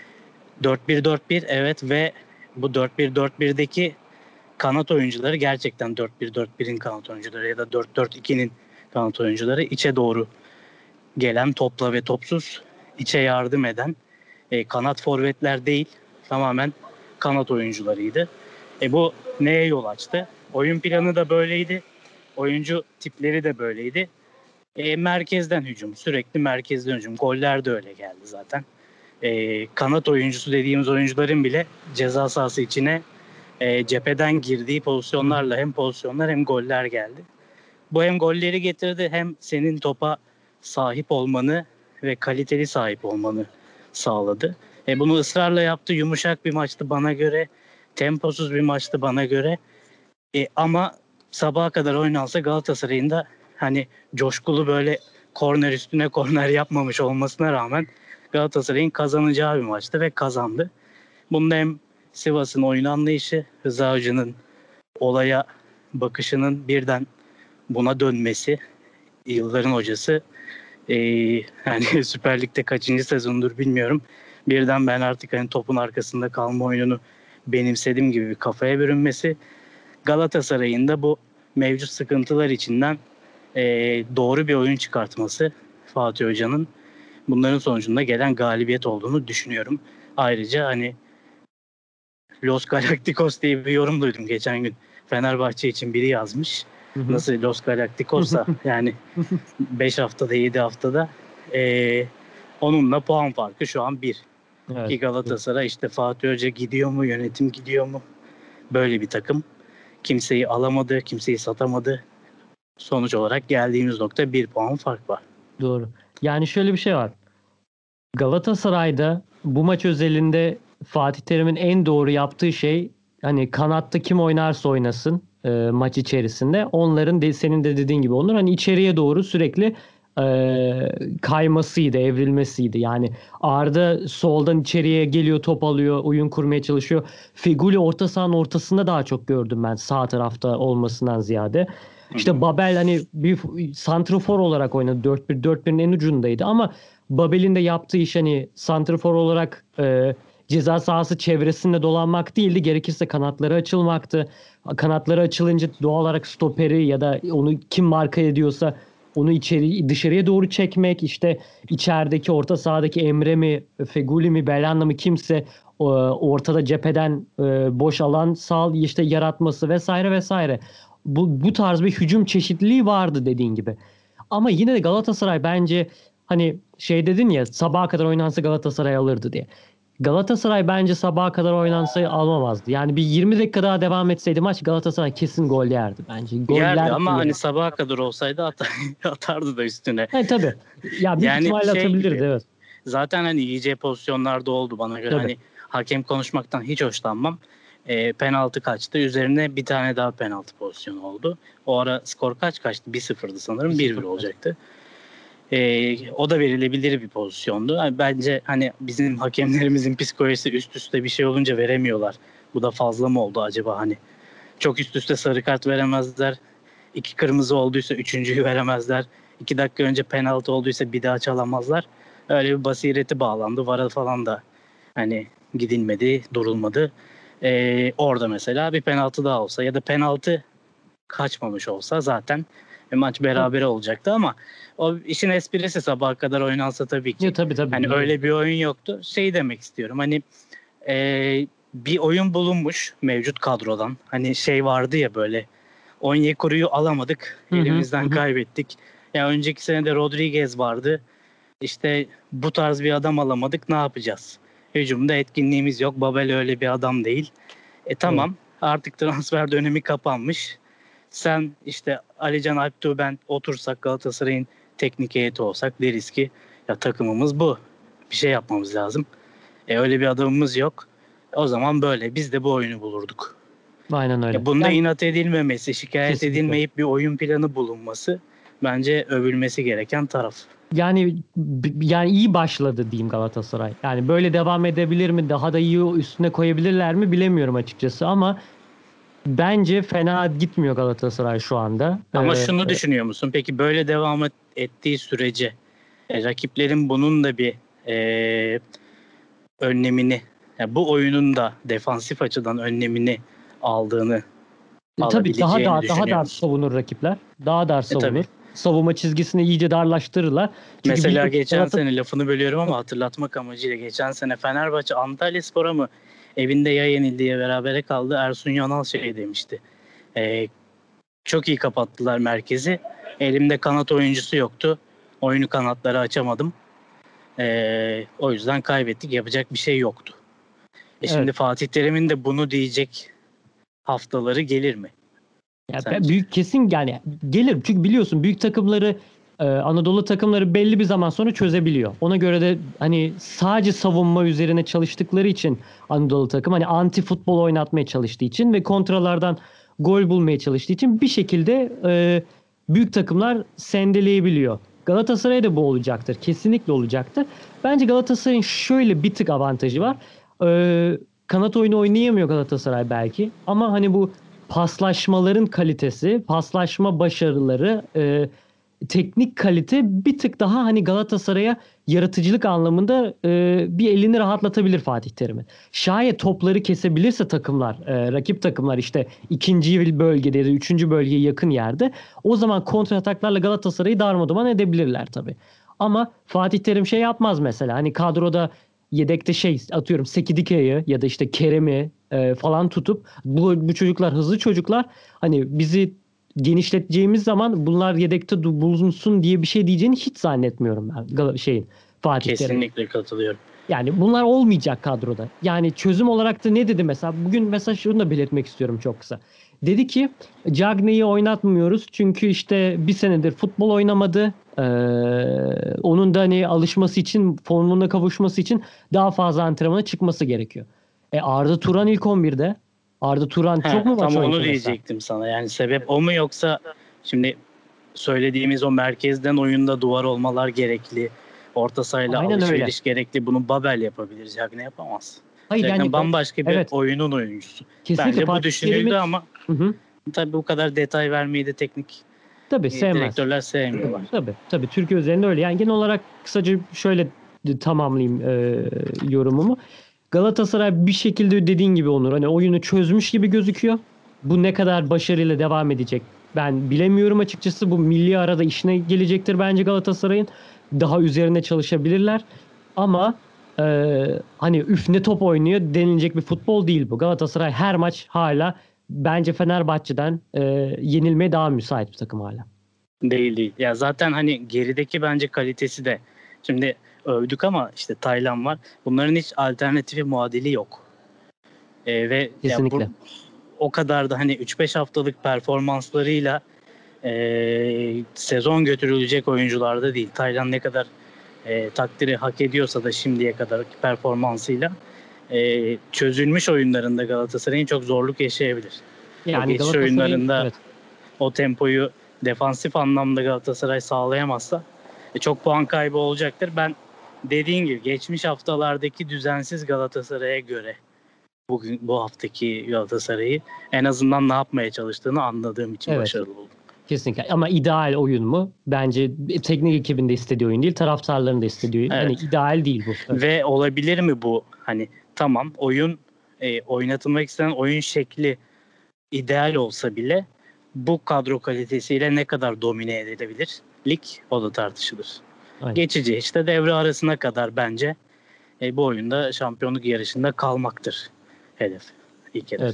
4-1-4-1 evet ve bu 4-1-4-1'deki kanat oyuncuları gerçekten 4-1-4-1'in kanat oyuncuları ya da 4-4-2'nin kanat oyuncuları içe doğru gelen topla ve topsuz içe yardım eden kanat forvetler değil tamamen kanat oyuncularıydı. Bu neye yol açtı? Oyun planı da böyleydi. Oyuncu tipleri de böyleydi. Merkezden hücum, sürekli merkezden hücum. Goller de öyle geldi zaten. Kanat oyuncusu dediğimiz oyuncuların bile ceza sahası içine cepheden girdiği pozisyonlarla hem pozisyonlar hem goller geldi. Bu hem golleri getirdi hem senin topa sahip olmanı ve kaliteli sahip olmanı sağladı. Bunu ısrarla yaptı. Yumuşak bir maçtı bana göre. Temposuz bir maçtı bana göre. Ama sabaha kadar oynansa Galatasaray'ın da hani coşkulu böyle korner üstüne korner yapmamış olmasına rağmen Galatasaray'ın kazanacağı bir maçtı ve kazandı. Bunda hem Sivas'ın oyun anlayışı, Rıza Hoca'nın olaya bakışının birden buna dönmesi, yılların hocası yani Süper Lig'de kaçıncı sezondur bilmiyorum. Birden ben artık hani topun arkasında kalma oyununu benimsedim gibi bir kafaya bürünmesi. Galatasaray'ın da bu mevcut sıkıntılar içinden doğru bir oyun çıkartması Fatih Hoca'nın bunların sonucunda gelen galibiyet olduğunu düşünüyorum. Ayrıca hani Los Galacticos diye bir yorum duydum geçen gün. Fenerbahçe için biri yazmış. Nasıl Los Galacticos'sa yani 5 haftada 7 haftada onunla puan farkı şu an 1. Evet. Ki Galatasaray işte Fatih Hoca gidiyor mu, yönetim gidiyor mu? Böyle bir takım. Kimseyi alamadı, kimseyi satamadı. Sonuç olarak geldiğimiz nokta 1 puan fark var. Doğru. Yani şöyle bir şey var. Galatasaray'da bu maç özelinde Fatih Terim'in en doğru yaptığı şey hani kanatta kim oynarsa oynasın maç içerisinde onların senin de dediğin gibi onlar hani içeriye doğru sürekli kaymasıydı, evrilmesiydi. Yani Arda soldan içeriye geliyor, top alıyor, oyun kurmaya çalışıyor. Feguli orta sahanın ortasında daha çok gördüm ben sağ tarafta olmasından ziyade. İşte Babel hani bir santrafor olarak oynadı. 4-1-4-1'in en ucundaydı ama Babel'in de yaptığı iş hani santrafor olarak ceza sahası çevresinde dolanmak değildi. Gerekirse kanatları açılmaktı. Kanatları açılınca doğal olarak stoperi ya da onu kim marka ediyorsa onu dışarıya doğru çekmek. İşte içerideki orta sahadaki Emre mi, Feguli mi, Belhanda mı kimse ortada cepheden boş alan işte yaratması vesaire vesaire. Bu tarz bir hücum çeşitliliği vardı dediğin gibi. Ama yine de Galatasaray bence hani şey dedin ya sabaha kadar oynansa Galatasaray alırdı diye. Galatasaray bence sabaha kadar oynansa almamazdı. Yani bir 20 dakika daha devam etseydi maç Galatasaray kesin gol yerdi bence. Yerdi ama Goller hani sabaha kadar olsaydı atardı da üstüne. tabii. Ya büyük Yani ihtimalle şey atabilirdi gibi, evet. zaten hani yiyeceği pozisyonlarda oldu bana göre. Tabii. Hani hakem konuşmaktan hiç hoşlanmam. Penaltı kaçtı. Üzerine bir tane daha penaltı pozisyonu oldu. O ara skor kaçtı? 1-0'dı sanırım. 1-1 olacaktı. O da verilebilir bir pozisyondu. Yani bence hani bizim hakemlerimizin psikolojisi üst üste bir şey olunca veremiyorlar. Bu da fazla mı oldu acaba hani? Çok üst üste sarı kart veremezler. 2 kırmızı olduysa 3.'yü veremezler. 2 dakika önce penaltı olduysa bir daha çalamazlar. Öyle bir basireti bağlandı. VAR'a falan da hani gidilmedi, durulmadı. Orada mesela bir penaltı daha olsa ya da penaltı kaçmamış olsa zaten maç berabere olacaktı ama o işin esprisi sabaha kadar oynansa tabii ki. Ya, tabii. Hani öyle bir oyun yoktu. Şey demek istiyorum hani bir oyun bulunmuş mevcut kadrodan. Hani şey vardı ya böyle Onyekuru'yu alamadık. Elimizden kaybettik. Ya önceki sene de Rodriguez vardı. İşte bu tarz bir adam alamadık. Ne yapacağız? Hücumda etkinliğimiz yok. Babel öyle bir adam değil. Tamam. Artık transfer dönemi kapanmış. Sen işte Alican Alptu ben otursak Galatasaray'ın teknik heyeti olsak deriz ki ya takımımız bu. Bir şey yapmamız lazım. Öyle bir adamımız yok. O zaman böyle. Biz de bu oyunu bulurduk. Aynen öyle. Bunda Yani inat edilmemesi, şikayet kesinlikle. edilmeyip bir oyun planı bulunması bence övülmesi gereken taraf. Yani iyi başladı diyeyim Galatasaray. Yani böyle devam edebilir mi? Daha da iyi üstüne koyabilirler mi bilemiyorum açıkçası ama bence fena gitmiyor Galatasaray şu anda. Ama şunu düşünüyor musun? Peki böyle devam ettiği sürece rakiplerin bunun da bir önlemini, yani bu oyunun da defansif açıdan önlemini aldığını, Tabii daha alabileceğini dar düşünüyor dar musun? savunur rakipler. Daha dar Tabii. savunur. Savunma çizgisini iyice darlaştırırlar. Çünkü Mesela biliyorsun geçen sene, lafını bölüyorum ama hatırlatmak amacıyla, geçen sene Fenerbahçe Antalyaspor'a mı evinde ya yenildiği berabere kaldı, Ersun Yanal şey demişti. Çok iyi kapattılar merkezi. Elimde kanat oyuncusu yoktu. Oyunu kanatları açamadım. O yüzden kaybettik. Yapacak bir şey yoktu. Evet. Şimdi Fatih Terim'in de bunu diyecek haftaları gelir mi? Ya Sence? büyük kesin yani gelir. Çünkü biliyorsun büyük takımları Anadolu takımları belli bir zaman sonra çözebiliyor. Ona göre de hani sadece savunma üzerine çalıştıkları için Anadolu takım hani anti futbol oynatmaya çalıştığı için ve kontralardan gol bulmaya çalıştığı için bir şekilde büyük takımlar sendeleyebiliyor. Galatasaray'da bu olacaktır. Kesinlikle olacaktır. Bence Galatasaray'ın şöyle bir tık avantajı var. Kanat oyunu oynayamıyor Galatasaray belki. Ama hani bu paslaşmaların kalitesi, paslaşma başarıları, teknik kalite bir tık daha hani Galatasaray'a yaratıcılık anlamında bir elini rahatlatabilir Fatih Terim'in. Şayet topları kesebilirse takımlar, rakip takımlar işte ikinci bölgede ya da üçüncü bölgeye yakın yerde o zaman kontra ataklarla Galatasaray'ı darmadağın edebilirler tabii. Ama Fatih Terim şey yapmaz mesela hani kadroda yedekte atıyorum Sekidike'yi ya da işte Kerem'i falan tutup bu çocuklar hızlı çocuklar hani bizi genişleteceğimiz zaman bunlar yedekte bulunsun diye bir şey diyeceğini hiç zannetmiyorum ben Fatih Terim. Kesinlikle katılıyorum. Yani bunlar olmayacak kadroda. Yani çözüm olarak da ne dedi mesela? Bugün mesela şunu da belirtmek istiyorum çok kısa. Dedi ki Cagney'i oynatmıyoruz çünkü işte bir senedir futbol oynamadı. Onun da hani alışması için, formuna kavuşması için daha fazla antrenmana çıkması gerekiyor. Arda Turan ilk 11'de. Arda Turan çok mu maç Tam oynadı onu mesela? diyecektim sana. Yani sebep o mu, yoksa şimdi söylediğimiz o merkezden oyunda duvar olmalar gerekli. Orta sahayla Aynen öyle. alışveriş gerekli. Bunu Babel yapabilir. Cagney yapamaz. Hayır yani Cagney bambaşka bir evet. oyunun oyuncusu. Kesinlikle Bence bu Fatih düşünüldü Terim'in ama Hı. tabii bu kadar detay vermeyi de teknik Tabii sevmez. direktörler sevmiyorlar. Tabii Türkiye üzerinde öyle. Yani genel olarak kısaca şöyle tamamlayayım yorumumu. Galatasaray bir şekilde dediğin gibi Onur hani oyunu çözmüş gibi gözüküyor. Bu ne kadar başarıyla devam edecek ben bilemiyorum açıkçası. Bu milli arada işine gelecektir bence Galatasaray'ın. Daha üzerine çalışabilirler. Ama hani üf ne top oynuyor denilecek bir futbol değil bu. Galatasaray her maç hala bence Fenerbahçe'den yenilmeye daha müsait bir takım hala. Değil. Ya zaten hani gerideki bence kalitesi de, şimdi övdük ama işte Taylan var. Bunların hiç alternatifi, muadili yok. Ve ya Kesinlikle. o kadar da hani 3-5 haftalık performanslarıyla sezon götürülecek oyuncularda değil. Taylan ne kadar takdiri hak ediyorsa da şimdiye kadarki performansıyla çözülmüş oyunlarında Galatasaray'ın çok zorluk yaşayabilir. Yani Geçiş Galatasaray'ın oyunlarında evet. o tempoyu defansif anlamda Galatasaray sağlayamazsa çok puan kaybı olacaktır. Ben dediğin gibi geçmiş haftalardaki düzensiz Galatasaray'a göre bu haftaki Galatasaray'ı en azından ne yapmaya çalıştığını anladığım için Evet. başarılı oldum. Kesinlikle. Ama ideal oyun mu? Bence teknik ekibin de istediği oyun değil, taraftarların da istediği oyun. Evet. Hani ideal değil bu. Evet. Ve olabilir mi bu? Hani tamam, oyun oynatılmak istenen oyun şekli ideal olsa bile bu kadro kalitesiyle ne kadar domine edilebilir? Lig, o da tartışılır. Aynen. Geçici işte devre arasına kadar bence bu oyunda şampiyonluk yarışında kalmaktır hedef. İlk hedef. Evet.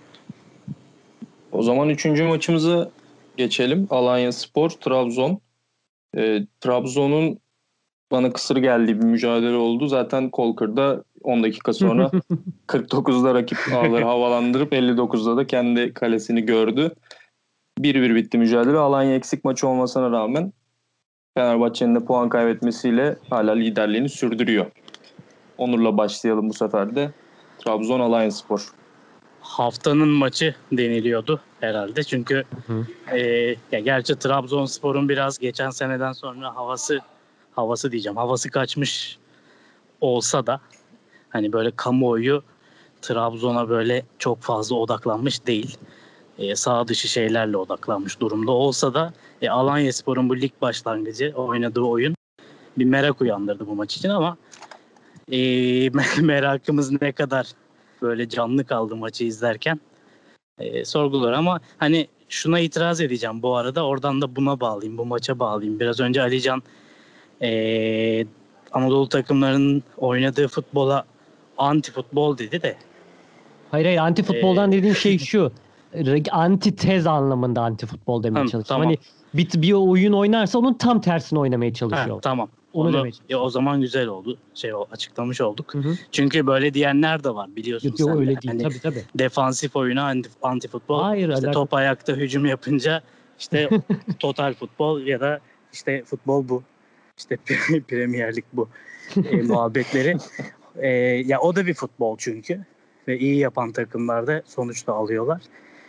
O zaman 3. maçımıza geçelim. Alanyaspor, Trabzon. Trabzon'un bana kısır geldiği bir mücadele oldu. Zaten Kolkır'da 10 dakika sonra 49'da rakip ağları havalandırıp 59'da da kendi kalesini gördü. 1-1 bitti mücadele. Alanya eksik maçı olmasına rağmen Fenerbahçe'nin de puan kaybetmesiyle hala liderliğini sürdürüyor. Onur'la başlayalım bu sefer de. Trabzon Alanyaspor. haftanın maçı deniliyordu herhalde. Çünkü ya gerçi Trabzonspor'un biraz geçen seneden sonra havası kaçmış olsa da hani böyle kamuoyu Trabzon'a böyle çok fazla odaklanmış değil. Sağ dışı şeylerle odaklanmış durumda olsa da Alanyaspor'un bu lig başlangıcı oynadığı oyun bir merak uyandırdı bu maç için ama merakımız ne kadar böyle canlı kaldı maçı izlerken sorgular ama hani şuna itiraz edeceğim bu arada, oradan da buna bağlayayım, bu maça bağlayayım. Biraz önce Alican Anadolu takımlarının oynadığı futbola anti futbol dedi de. Hayır, anti futboldan dediğim şey şu. Anti tez anlamında anti futbol demeye çalışıyorum. Tamam. Hani bir oyun oynarsa onun tam tersini oynamaya çalışıyor. Tamam. Onu demeye çalışıyorum. O zaman güzel oldu. Açıklamış olduk. Hı. Çünkü böyle diyenler de var biliyorsun Yok, sen de. öyle değil. Hani Tabii. defansif oyuna anti futbol. Hayır, İşte top ayakta hücum yapınca işte total futbol ya da işte futbol bu. İşte Premier Lig bu muhabbetleri. Ya o da bir futbol çünkü. Ve iyi yapan takımlar da sonuçta alıyorlar.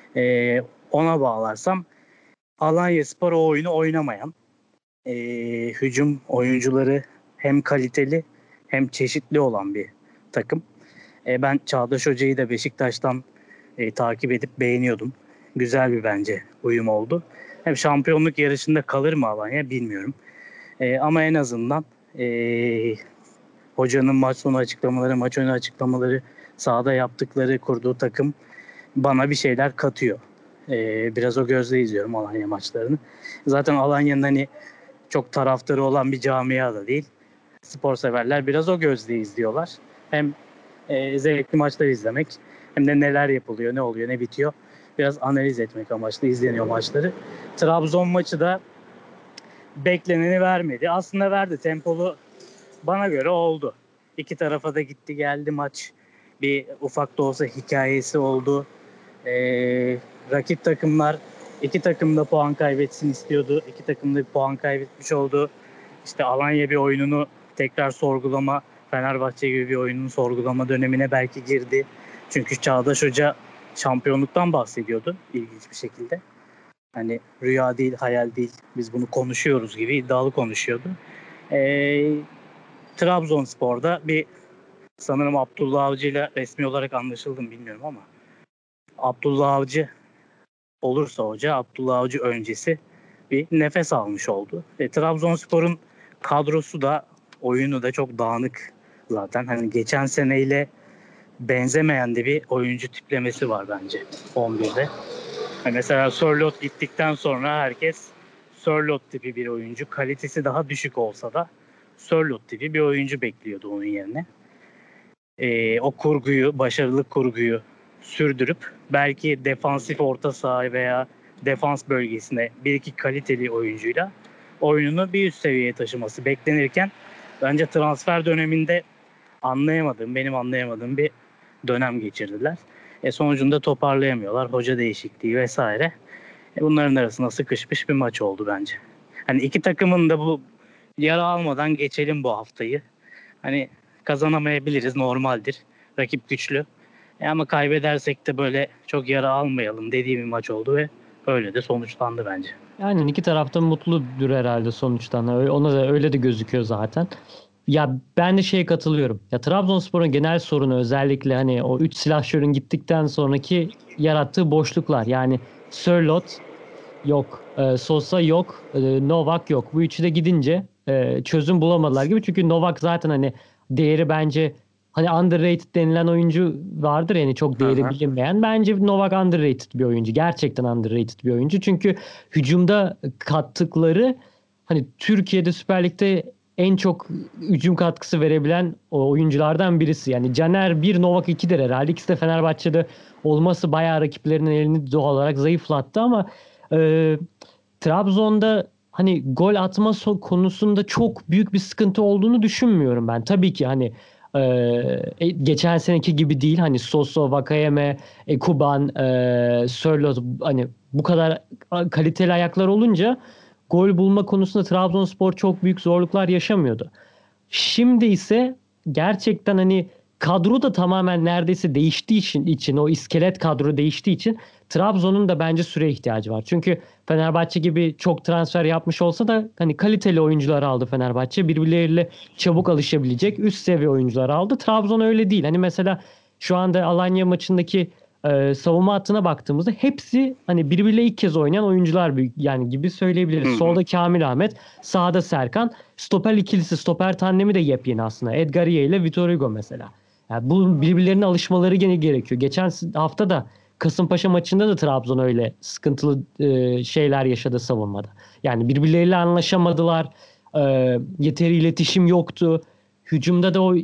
Ona bağlarsam Alanyaspor o oyunu oynamayan, hücum oyuncuları hem kaliteli hem çeşitli olan bir takım. Ben Çağdaş Hoca'yı da Beşiktaş'tan takip edip beğeniyordum. Güzel bir bence uyum oldu. Hem şampiyonluk yarışında kalır mı Alanya bilmiyorum. Ama en azından hocanın maç sonu açıklamaları, maç önü açıklamaları, sahada yaptıkları, kurduğu takım bana bir şeyler katıyor. Biraz o gözle izliyorum Alanya maçlarını. Zaten Alanya'nın hani çok taraftarı olan bir camia da değil. Spor severler biraz o gözle izliyorlar. Hem zevkli maçlar izlemek hem de neler yapılıyor, ne oluyor, ne bitiyor. Biraz analiz etmek amaçlı izleniyor maçları. Trabzon maçı da bekleneni vermedi. Aslında verdi. Tempolu bana göre oldu. İki tarafa da gitti geldi maç. Bir ufak da olsa hikayesi oldu. Rakip takımlar, iki takım da puan kaybetsin istiyordu. İki takım da bir puan kaybetmiş oldu. İşte Alanya bir oyununu tekrar sorgulama, Fenerbahçe gibi bir oyunun sorgulama dönemine belki girdi. Çünkü Çağdaş Hoca şampiyonluktan bahsediyordu ilginç bir şekilde. Hani rüya değil, hayal değil, biz bunu konuşuyoruz gibi iddialı konuşuyordu. Trabzonspor'da bir sanırım Abdullah Avcı ile resmi olarak anlaşıldım bilmiyorum ama Abdullah Avcı olursa hoca, Abdullah Avcı öncesi bir nefes almış oldu. Trabzonspor'un kadrosu da oyunu da çok dağınık zaten. Hani geçen seneyle benzemeyen de bir oyuncu tiplemesi var bence 11'de. Mesela Sörloth gittikten sonra herkes Sörloth tipi bir oyuncu, kalitesi daha düşük olsa da Sörloth tipi bir oyuncu bekliyordu onun yerine. O kurguyu, başarılı kurguyu sürdürüp belki defansif orta saha veya defans bölgesine bir iki kaliteli oyuncuyla oyununu bir üst seviyeye taşıması beklenirken bence transfer döneminde benim anlayamadığım bir dönem geçirdiler. Sonucunda toparlayamıyorlar. Hoca değişikliği vesaire. Bunların arasında sıkışmış bir maç oldu bence. Hani iki takımın da bu yara almadan geçelim bu haftayı. Hani kazanamayabiliriz, normaldir. Rakip güçlü. Ama kaybedersek de böyle çok yara almayalım dediği bir maç oldu ve öyle de sonuçlandı bence. Yani iki tarafta mutludur herhalde sonuçtan. Ona da öyle de gözüküyor zaten. Ya ben de şeye katılıyorum. Ya Trabzonspor'un genel sorunu özellikle hani o 3 silahşörün gittikten sonraki yarattığı boşluklar. Yani Sörloth yok, Sosa yok, Novak yok. Bu üçü de gidince çözüm bulamadılar gibi. Çünkü Novak zaten hani değeri bence hani underrated denilen oyuncu vardır yani çok değeri bilinmeyen. Bence Novak underrated bir oyuncu. Gerçekten underrated bir oyuncu. Çünkü hücumda kattıkları hani Türkiye'de Süper Lig'de en çok hücum katkısı verebilen o oyunculardan birisi. Yani Caner 1, Novak 2'dir herhalde. İkisi de Fenerbahçe'de olması bayağı rakiplerinin elini doğal olarak zayıflattı ama Trabzon'da hani gol atma konusunda çok büyük bir sıkıntı olduğunu düşünmüyorum ben. Tabii ki hani geçen seneki gibi değil. Hani Soso, Vakayeme, Kuban, Sörloth hani bu kadar kaliteli ayaklar olunca gol bulma konusunda Trabzonspor çok büyük zorluklar yaşamıyordu. Şimdi ise gerçekten hani kadro da tamamen neredeyse değiştiği için o iskelet kadro değiştiği için Trabzon'un da bence süre ihtiyacı var. Çünkü Fenerbahçe gibi çok transfer yapmış olsa da hani kaliteli oyuncular aldı Fenerbahçe. Birbirleriyle çabuk alışabilecek üst seviye oyuncular aldı. Trabzon öyle değil. Hani mesela şu anda Alanya maçındaki savunma hattına baktığımızda hepsi hani birbiriyle ilk kez oynayan oyuncular yani gibi söyleyebiliriz. Solda Kamil Ahmet, sağda Serkan. Stoper ikilisi, stoper tandemi de yepyeni aslında. Edgarie ile Vitor Hugo mesela. Yani bu birbirlerine alışmaları gene gerekiyor. Geçen hafta da Kasımpaşa maçında da Trabzon öyle sıkıntılı şeyler yaşadı savunmada. Yani birbirleriyle anlaşamadılar. Yeteri iletişim yoktu. Hücumda da o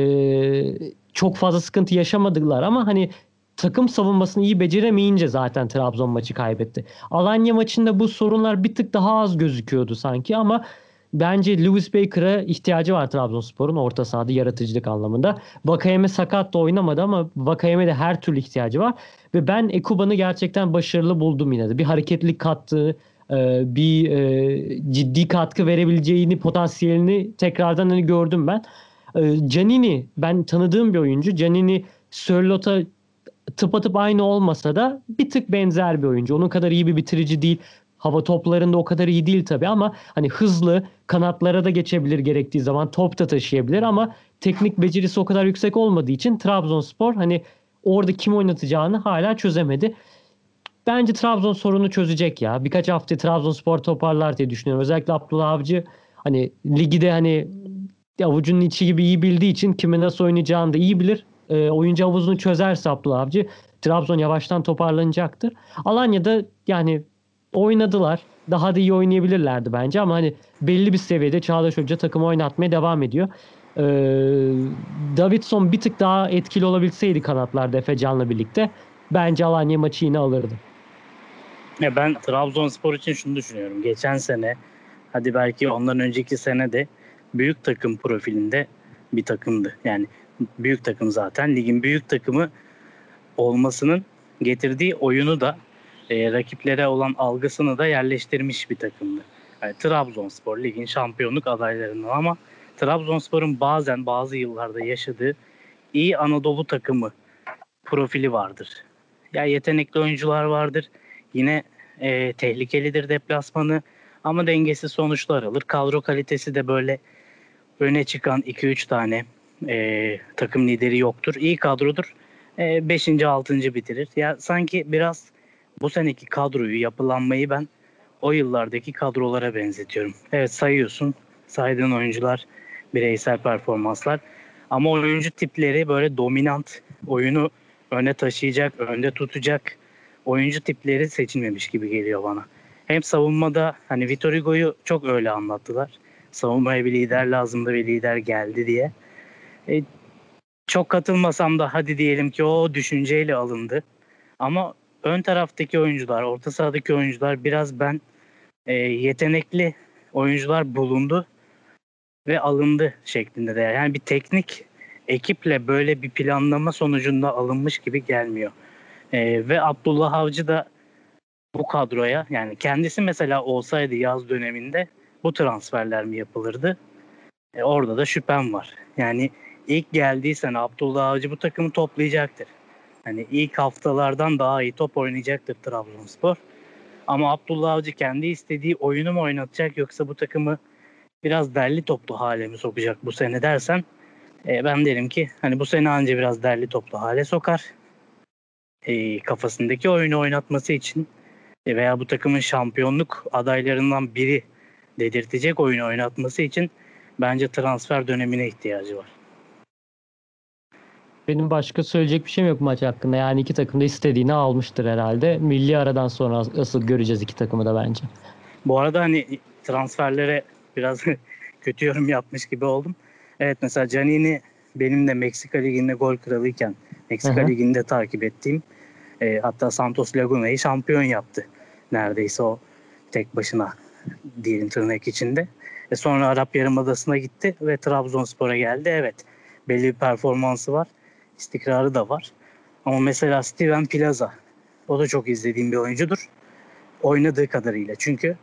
çok fazla sıkıntı yaşamadılar ama hani takım savunmasını iyi beceremeyince zaten Trabzon maçı kaybetti. Alanya maçında bu sorunlar bir tık daha az gözüküyordu sanki ama bence Lewis Baker'a ihtiyacı var Trabzonspor'un orta sahada yaratıcılık anlamında. Vakayeme sakat da oynamadı ama Vakayeme de her türlü ihtiyacı var. Ve ben Ekuban'ı gerçekten başarılı buldum yine de. Bir hareketlilik kattığı, bir ciddi katkı verebileceğini, potansiyelini tekrardan hani gördüm ben. Canini ben tanıdığım bir oyuncu. Canini Sörlot'a tıpatıp aynı olmasa da bir tık benzer bir oyuncu. Onun kadar iyi bir bitirici değil. Hava toplarında o kadar iyi değil tabii ama hani hızlı, kanatlara da geçebilir gerektiği zaman, top da taşıyabilir ama teknik becerisi o kadar yüksek olmadığı için Trabzonspor hani orada kim oynatacağını hala çözemedi. Bence Trabzon sorunu çözecek ya. Birkaç hafta Trabzonspor toparlar diye düşünüyorum. Özellikle Abdullah Avcı hani ligi de hani avucunun içi gibi iyi bildiği için kime nasıl oynayacağını da iyi bilir. Oyuncu havuzunu çözerse Abdullah Avcı Trabzon yavaştan toparlanacaktır. Alanya'da yani oynadılar. Daha da iyi oynayabilirlerdi bence ama hani belli bir seviyede Çağdaş Hoca takımı oynatmaya devam ediyor. Ee, Davidson bir tık daha etkili olabilseydi kanatlarda Efecan'la birlikte bence Alanya maçı yine alırdı. Ben Trabzonspor için şunu düşünüyorum. Geçen sene, hadi belki ondan önceki sene de büyük takım profilinde bir takımdı. Yani büyük takım zaten. Ligin büyük takımı olmasının getirdiği oyunu da rakiplere olan algısını da yerleştirmiş bir takımdı. Yani Trabzonspor ligin şampiyonluk adaylarından ama Trabzonspor'un bazen bazı yıllarda yaşadığı iyi Anadolu takımı profili vardır. Ya yetenekli oyuncular vardır. Yine tehlikelidir deplasmanı ama dengesiz sonuçlar alır. Kadro kalitesi de böyle öne çıkan 2-3 tane takım lideri yoktur. İyi kadrodur. 5. 6. bitirir. Ya sanki biraz bu seneki kadroyu, yapılanmayı ben o yıllardaki kadrolara benzetiyorum. Evet, sayıyorsun. Saydığın oyuncular bireysel performanslar. Ama oyuncu tipleri böyle dominant, oyunu öne taşıyacak, önde tutacak oyuncu tipleri seçilmemiş gibi geliyor bana. Hem savunmada hani Vitor Hugo'yu çok öyle anlattılar. Savunmaya bir lider lazımdı ve lider geldi diye. Çok katılmasam da hadi diyelim ki o düşünceyle alındı. Ama ön taraftaki oyuncular, orta sahadaki oyuncular biraz yetenekli oyuncular bulundu ve alındı şeklinde de. Yani bir teknik ekiple böyle bir planlama sonucunda alınmış gibi gelmiyor. Ve Abdullah Avcı da bu kadroya, yani kendisi mesela olsaydı yaz döneminde bu transferler mi yapılırdı? Orada da şüphem var. Yani ilk geldiği sene Abdullah Avcı bu takımı toplayacaktır. Hani ilk haftalardan daha iyi top oynayacaktır Trabzonspor. Ama Abdullah Avcı kendi istediği oyunu mu oynatacak yoksa bu takımı biraz derli toplu hale mi sokacak bu sene dersen ben derim ki hani bu sene anca biraz derli toplu hale sokar. Kafasındaki oyunu oynatması için veya bu takımın şampiyonluk adaylarından biri dedirtecek oyunu oynatması için bence transfer dönemine ihtiyacı var. Benim başka söyleyecek bir şeyim yok maç hakkında. Yani iki takım da istediğini almıştır herhalde. Milli aradan sonra asıl göreceğiz iki takımı da bence. Bu arada hani transferlere biraz kötü yorum yapmış gibi oldum. Evet, mesela Canini benim de Meksika Ligi'nde gol kralıyken Meksika Ligi'nde takip ettiğim, hatta Santos Laguna'yı şampiyon yaptı. Neredeyse o tek başına diyelim tırnak içinde. Sonra Arap Yarımadası'na gitti ve Trabzonspor'a geldi. Evet, belli bir performansı var. İstikrarı da var. Ama mesela Steven Plaza, o da çok izlediğim bir oyuncudur. Oynadığı kadarıyla. Çünkü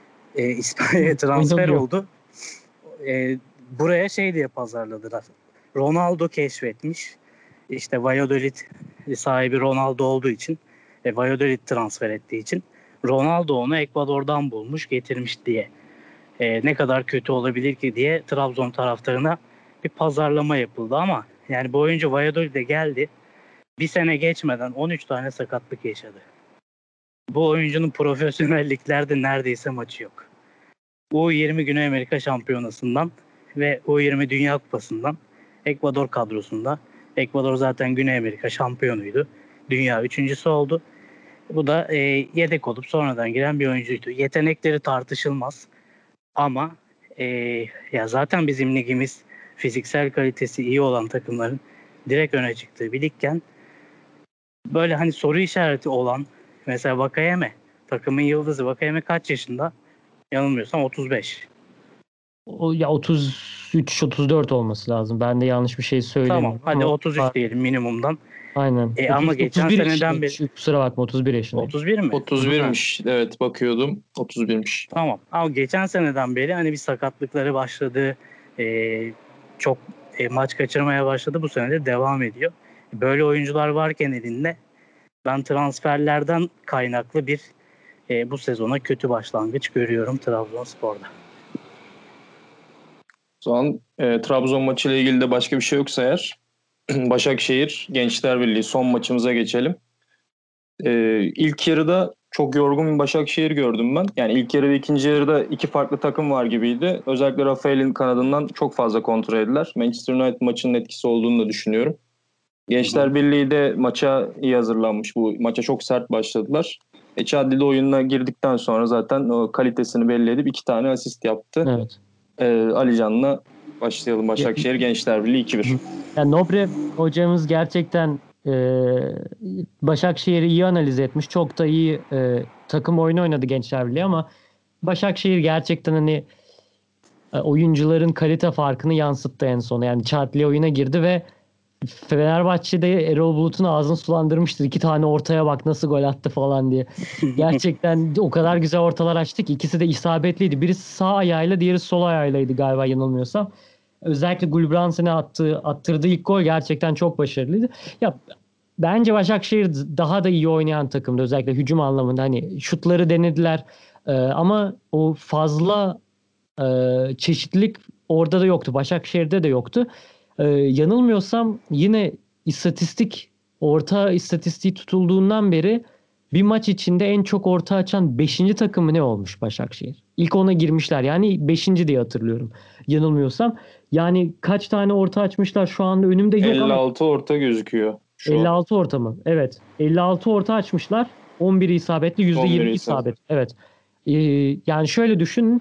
İspanya'ya transfer oldu. Buraya şey diye pazarladılar. Ronaldo keşfetmiş. İşte Valladolid sahibi Ronaldo olduğu için Valladolid transfer ettiği için Ronaldo onu Ekvador'dan bulmuş getirmiş diye. Ne kadar kötü olabilir ki diye Trabzon taraftarına bir pazarlama yapıldı ama yani bu oyuncu Valladolid'e geldi. Bir sene geçmeden 13 tane sakatlık yaşadı. Bu oyuncunun profesyonelliklerde neredeyse maçı yok. U20 Güney Amerika Şampiyonası'ndan ve U20 Dünya Kupası'ndan Ekvador kadrosunda. Ekvador zaten Güney Amerika şampiyonuydu. Dünya üçüncüsü oldu. Bu da yedek olup sonradan giren bir oyuncuydu. Yetenekleri tartışılmaz. Ama ya zaten bizim ligimiz fiziksel kalitesi iyi olan takımların direkt öne çıktığı bir ligken böyle hani soru işareti olan mesela Vakayeme, takımın yıldızı Vakayeme kaç yaşında? Yanılmıyorsam 35. O ya 33-34 olması lazım. Ben de yanlış bir şey söylemiyorum. Tamam hadi ama 33 diyelim minimumdan. Aynen. Ama geçen 31 seneden yaşında. beri Kusura bakma 31 yaşında. 31 mi? 31'miş. Evet bakıyordum. 31'miş. Tamam. Ama geçen seneden beri hani bir sakatlıkları başladı. Çok maç kaçırmaya başladı. Bu sene de devam ediyor. Böyle oyuncular varken elinde ben transferlerden kaynaklı bir bu sezona kötü başlangıç görüyorum Trabzonspor'da. O zaman Trabzon maçıyla ilgili de başka bir şey yoksa eğer Başakşehir Gençler Birliği son maçımıza geçelim. İlk yarıda çok yorgun bir Başakşehir gördüm ben. Yani ilk yarı ve ikinci yarıda iki farklı takım var gibiydi. Özellikle Rafael'in kanadından çok fazla kontrol ettiler. Manchester United maçının etkisi olduğunu da düşünüyorum. Gençler Birliği de maça iyi hazırlanmış. Bu maça çok sert başladılar. Chadli de oyununa girdikten sonra zaten o kalitesini belli edip 2 tane asist yaptı. Evet. Ali Can'la başlayalım. Başakşehir Gençler Birliği 2-1. Yani Nobre hocamız gerçekten Başakşehir'i iyi analiz etmiş. Çok da iyi takım oyunu oynadı Gençler Birliği ama Başakşehir gerçekten hani oyuncuların kalite farkını yansıttı en sona. Yani Çatli oyuna girdi ve Fenerbahçe'de Erol Bulut'un ağzını sulandırmıştır. 2 tane ortaya bak nasıl gol attı falan diye. Gerçekten o kadar güzel ortalar açtı ki ikisi de isabetliydi. Birisi sağ ayağıyla diğeri sol ayağıylaydı galiba yanılmıyorsam. Özellikle Gulbrandsen'e attırdığı ilk gol gerçekten çok başarılıydı. Ya bence Başakşehir daha da iyi oynayan takımdı özellikle hücum anlamında. Hani şutları denediler ama o fazla çeşitlilik orada da yoktu. Başakşehir'de de yoktu. Yanılmıyorsam yine orta istatistiği tutulduğundan beri bir maç içinde en çok orta açan 5. takımı ne olmuş Başakşehir? İlk ona girmişler. Yani 5. diye hatırlıyorum. Yanılmıyorsam. Yani kaç tane orta açmışlar şu anda önümde yok 56 ama. orta gözüküyor. 56 orta mı? Evet. 56 orta açmışlar. 11'i isabetli, %20 isabet. Evet. Yani şöyle düşünün.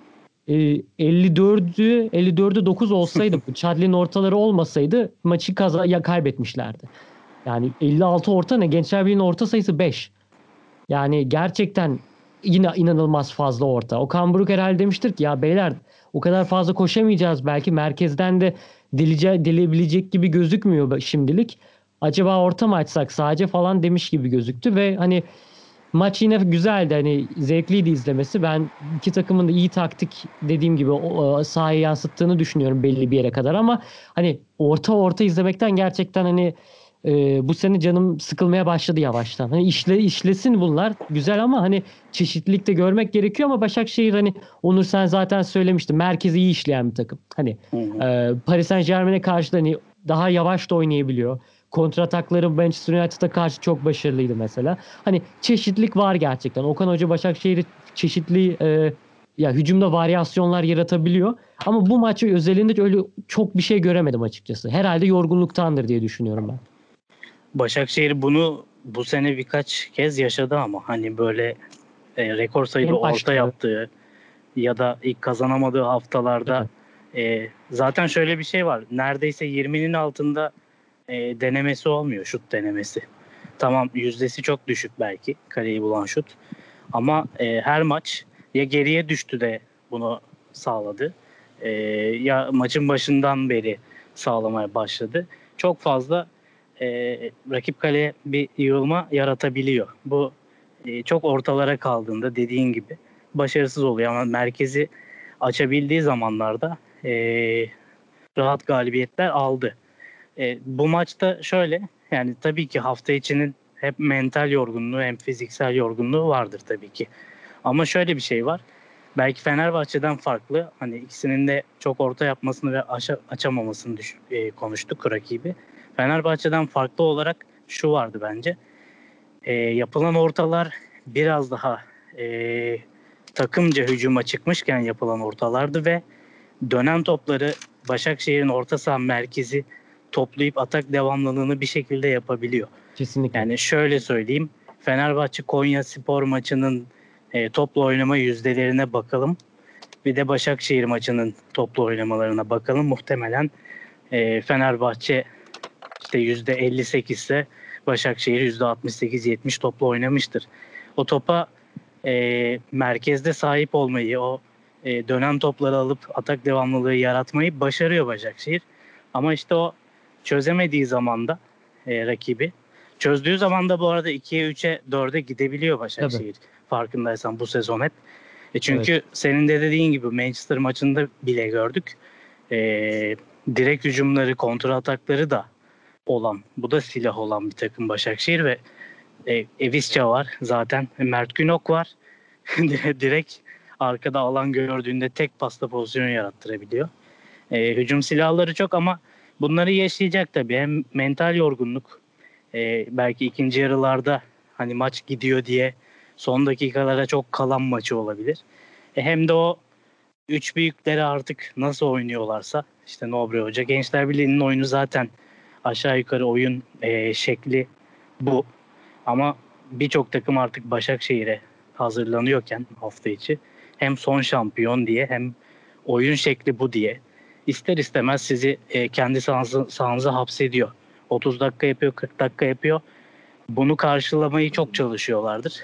54'ü 9 olsaydı Chadli'nin ortaları olmasaydı maçı kaybetmişlerdi. Yani 56 orta ne? Gençler Birliği'nin orta sayısı 5. Yani gerçekten yine inanılmaz fazla orta. Okan Buruk herhalde demiştir ki ya beyler o kadar fazla koşamayacağız belki merkezden de delebilecek gibi gözükmüyor şimdilik. Acaba orta mı açsak sadece falan demiş gibi gözüktü ve hani maç yine güzeldi. Hani zevkliydi izlemesi. Ben iki takımın da iyi taktik dediğim gibi sahaya yansıttığını düşünüyorum belli bir yere kadar ama hani orta izlemekten gerçekten hani bu sene canım sıkılmaya başladı yavaştan. Hani işlesin bunlar güzel ama hani çeşitlilik de görmek gerekiyor ama Başakşehir hani Onur sen zaten söylemiştin. Merkezi iyi işleyen bir takım. Hani Paris Saint-Germain'e karşı da hani daha yavaş da oynayabiliyor. Kontratakları Manchester United'a karşı çok başarılıydı mesela. Hani çeşitlilik var gerçekten. Okan Hoca Başakşehir'i çeşitli ya hücumda varyasyonlar yaratabiliyor. Ama bu maçı özelinde öyle çok bir şey göremedim açıkçası. Herhalde yorgunluktandır diye düşünüyorum ben. Başakşehir bunu bu sene birkaç kez yaşadı ama hani böyle rekor sayıda orta yaptığı ya da ilk kazanamadığı haftalarda zaten şöyle bir şey var. Neredeyse 20'nin altında denemesi olmuyor, şut denemesi. Tamam yüzdesi çok düşük belki kaleyi bulan şut. Ama her maç ya geriye düştü de bunu sağladı. Ya maçın başından beri sağlamaya başladı. Çok fazla rakip kaleye bir yığılma yaratabiliyor. Bu çok ortalara kaldığında dediğin gibi başarısız oluyor ama merkezi açabildiği zamanlarda rahat galibiyetler aldı. Bu maçta şöyle, yani tabii ki hafta içinin hep mental yorgunluğu hem fiziksel yorgunluğu vardır tabii ki. Ama şöyle bir şey var. Belki Fenerbahçe'den farklı, hani ikisinin de çok orta yapmasını ve açamamasını konuştuk rakibi. Fenerbahçe'den farklı olarak şu vardı bence. Yapılan ortalar biraz daha takımca hücuma çıkmışken yapılan ortalardı ve dönen topları Başakşehir'in orta saha merkezi toplayıp atak devamlılığını bir şekilde yapabiliyor. Kesinlikle. Yani şöyle söyleyeyim, Fenerbahçe Konyaspor maçının toplu oynama yüzdelerine bakalım. Bir de Başakşehir maçının toplu oynamalarına bakalım. Muhtemelen Fenerbahçe işte %58 ise Başakşehir %68-70 toplu oynamıştır. O topa merkezde sahip olmayı, o dönen topları alıp atak devamlılığı yaratmayı başarıyor Başakşehir. Ama işte o çözemediği zaman da rakibi, çözdüğü zaman da bu arada 2'ye 3'e 4'e gidebiliyor Başakşehir. Tabii. Farkındaysan bu sezon hep. Çünkü evet, senin de dediğin gibi Manchester maçında bile gördük. Direkt hücumları, kontra atakları da olan, bu da silah olan bir takım Başakşehir ve Evisca var zaten, Mert Günok var. Direkt arkada alan gördüğünde tek pasta pozisyonu yarattırabiliyor. Hücum silahları çok ama bunları yaşayacak tabii. Hem mental yorgunluk, belki ikinci yarılarda hani maç gidiyor diye son dakikalara çok kalan maçı olabilir. Hem de o üç büyükleri artık nasıl oynuyorlarsa, işte Nobre Hoca, Gençler Birliği'nin oyunu zaten aşağı yukarı oyun şekli bu. Ama birçok takım artık Başakşehir'e hazırlanıyorken hafta içi hem son şampiyon diye hem oyun şekli bu diye ister istemez sizi kendi sahanıza hapsediyor. 30 dakika yapıyor, 40 dakika yapıyor. Bunu karşılamayı çok çalışıyorlardır.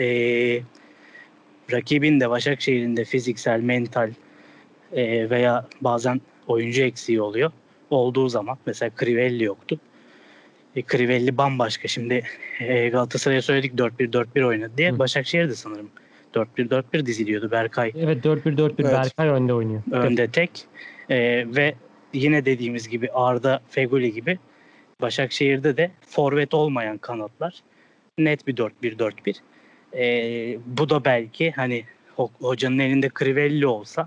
Rakibin de Başakşehir'in de fiziksel, mental veya bazen oyuncu eksiği oluyor. Olduğu zaman mesela Crivelli yoktu. Crivelli bambaşka. Şimdi Galatasaray'a söyledik 4-1-4-1 oynadı diye. Başakşehir de sanırım 4-1-4-1 diziliyordu Berkay. Evet, 4-1-4-1 evet. Berkay önde oynuyor. Önde tek. Ve yine dediğimiz gibi Arda, Feguli gibi Başakşehir'de de forvet olmayan kanatlar. Net bir 4-1-4-1. Bu da belki hani hocanın elinde Crivelli olsa,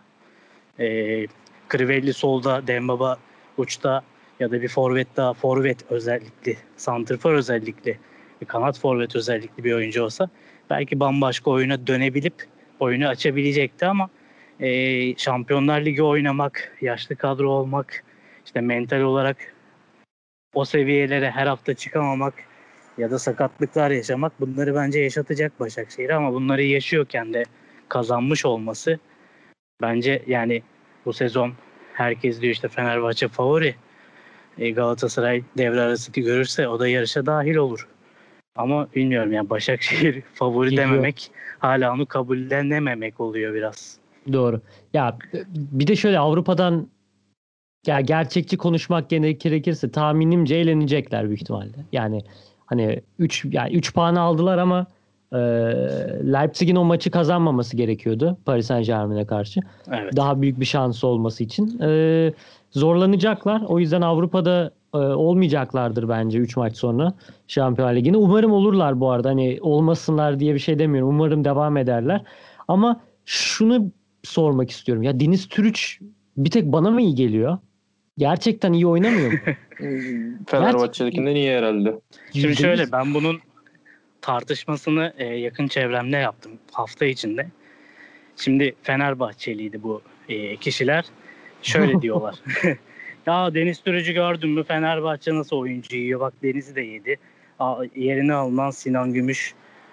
Crivelli solda, Dembaba uçta ya da bir forvet daha, forvet özellikli, santrfor özellikli, bir kanat forvet özellikli bir oyuncu olsa belki bambaşka oyuna dönebilip oyunu açabilecekti ama Şampiyonlar Ligi oynamak, yaşlı kadro olmak, işte mental olarak o seviyelere her hafta çıkamamak ya da sakatlıklar yaşamak, bunları bence yaşatacak Başakşehir ama bunları yaşıyorken de kazanmış olması bence, yani bu sezon herkes diyor işte Fenerbahçe favori. Galatasaray devre arası görürse o da yarışa dahil olur. Ama bilmiyorum yani Başakşehir favori dememek hala onu kabullenememek oluyor biraz. Doğru. Ya bir de şöyle Avrupa'dan ya gerçekçi konuşmak gerekirse tahminimce eğlenecekler büyük ihtimalle. Yani hani 3 puanı aldılar ama Leipzig'in o maçı kazanmaması gerekiyordu Paris Saint-Germain'e karşı. Evet. Daha büyük bir şansı olması için. Zorlanacaklar. O yüzden Avrupa'da olmayacaklardır bence 3 maç sonra Şampiyonlar Ligi'ne. Umarım olurlar bu arada. Hani olmasınlar diye bir şey demiyorum. Umarım devam ederler. Ama şunu sormak istiyorum. Ya Deniz Türüç bir tek bana mı iyi geliyor? Gerçekten iyi oynamıyor mu? Fenerbahçe'dekinden iyi herhalde. Şimdi şöyle, ben bunun tartışmasını yakın çevremde yaptım hafta içinde. Şimdi Fenerbahçeliydi bu kişiler. Şöyle diyorlar. Ya Deniz Türücü gördün mü? Fenerbahçe nasıl oyuncu yiyor? Bak Deniz'i de yedi. Yerine alınan Sinan Gümüş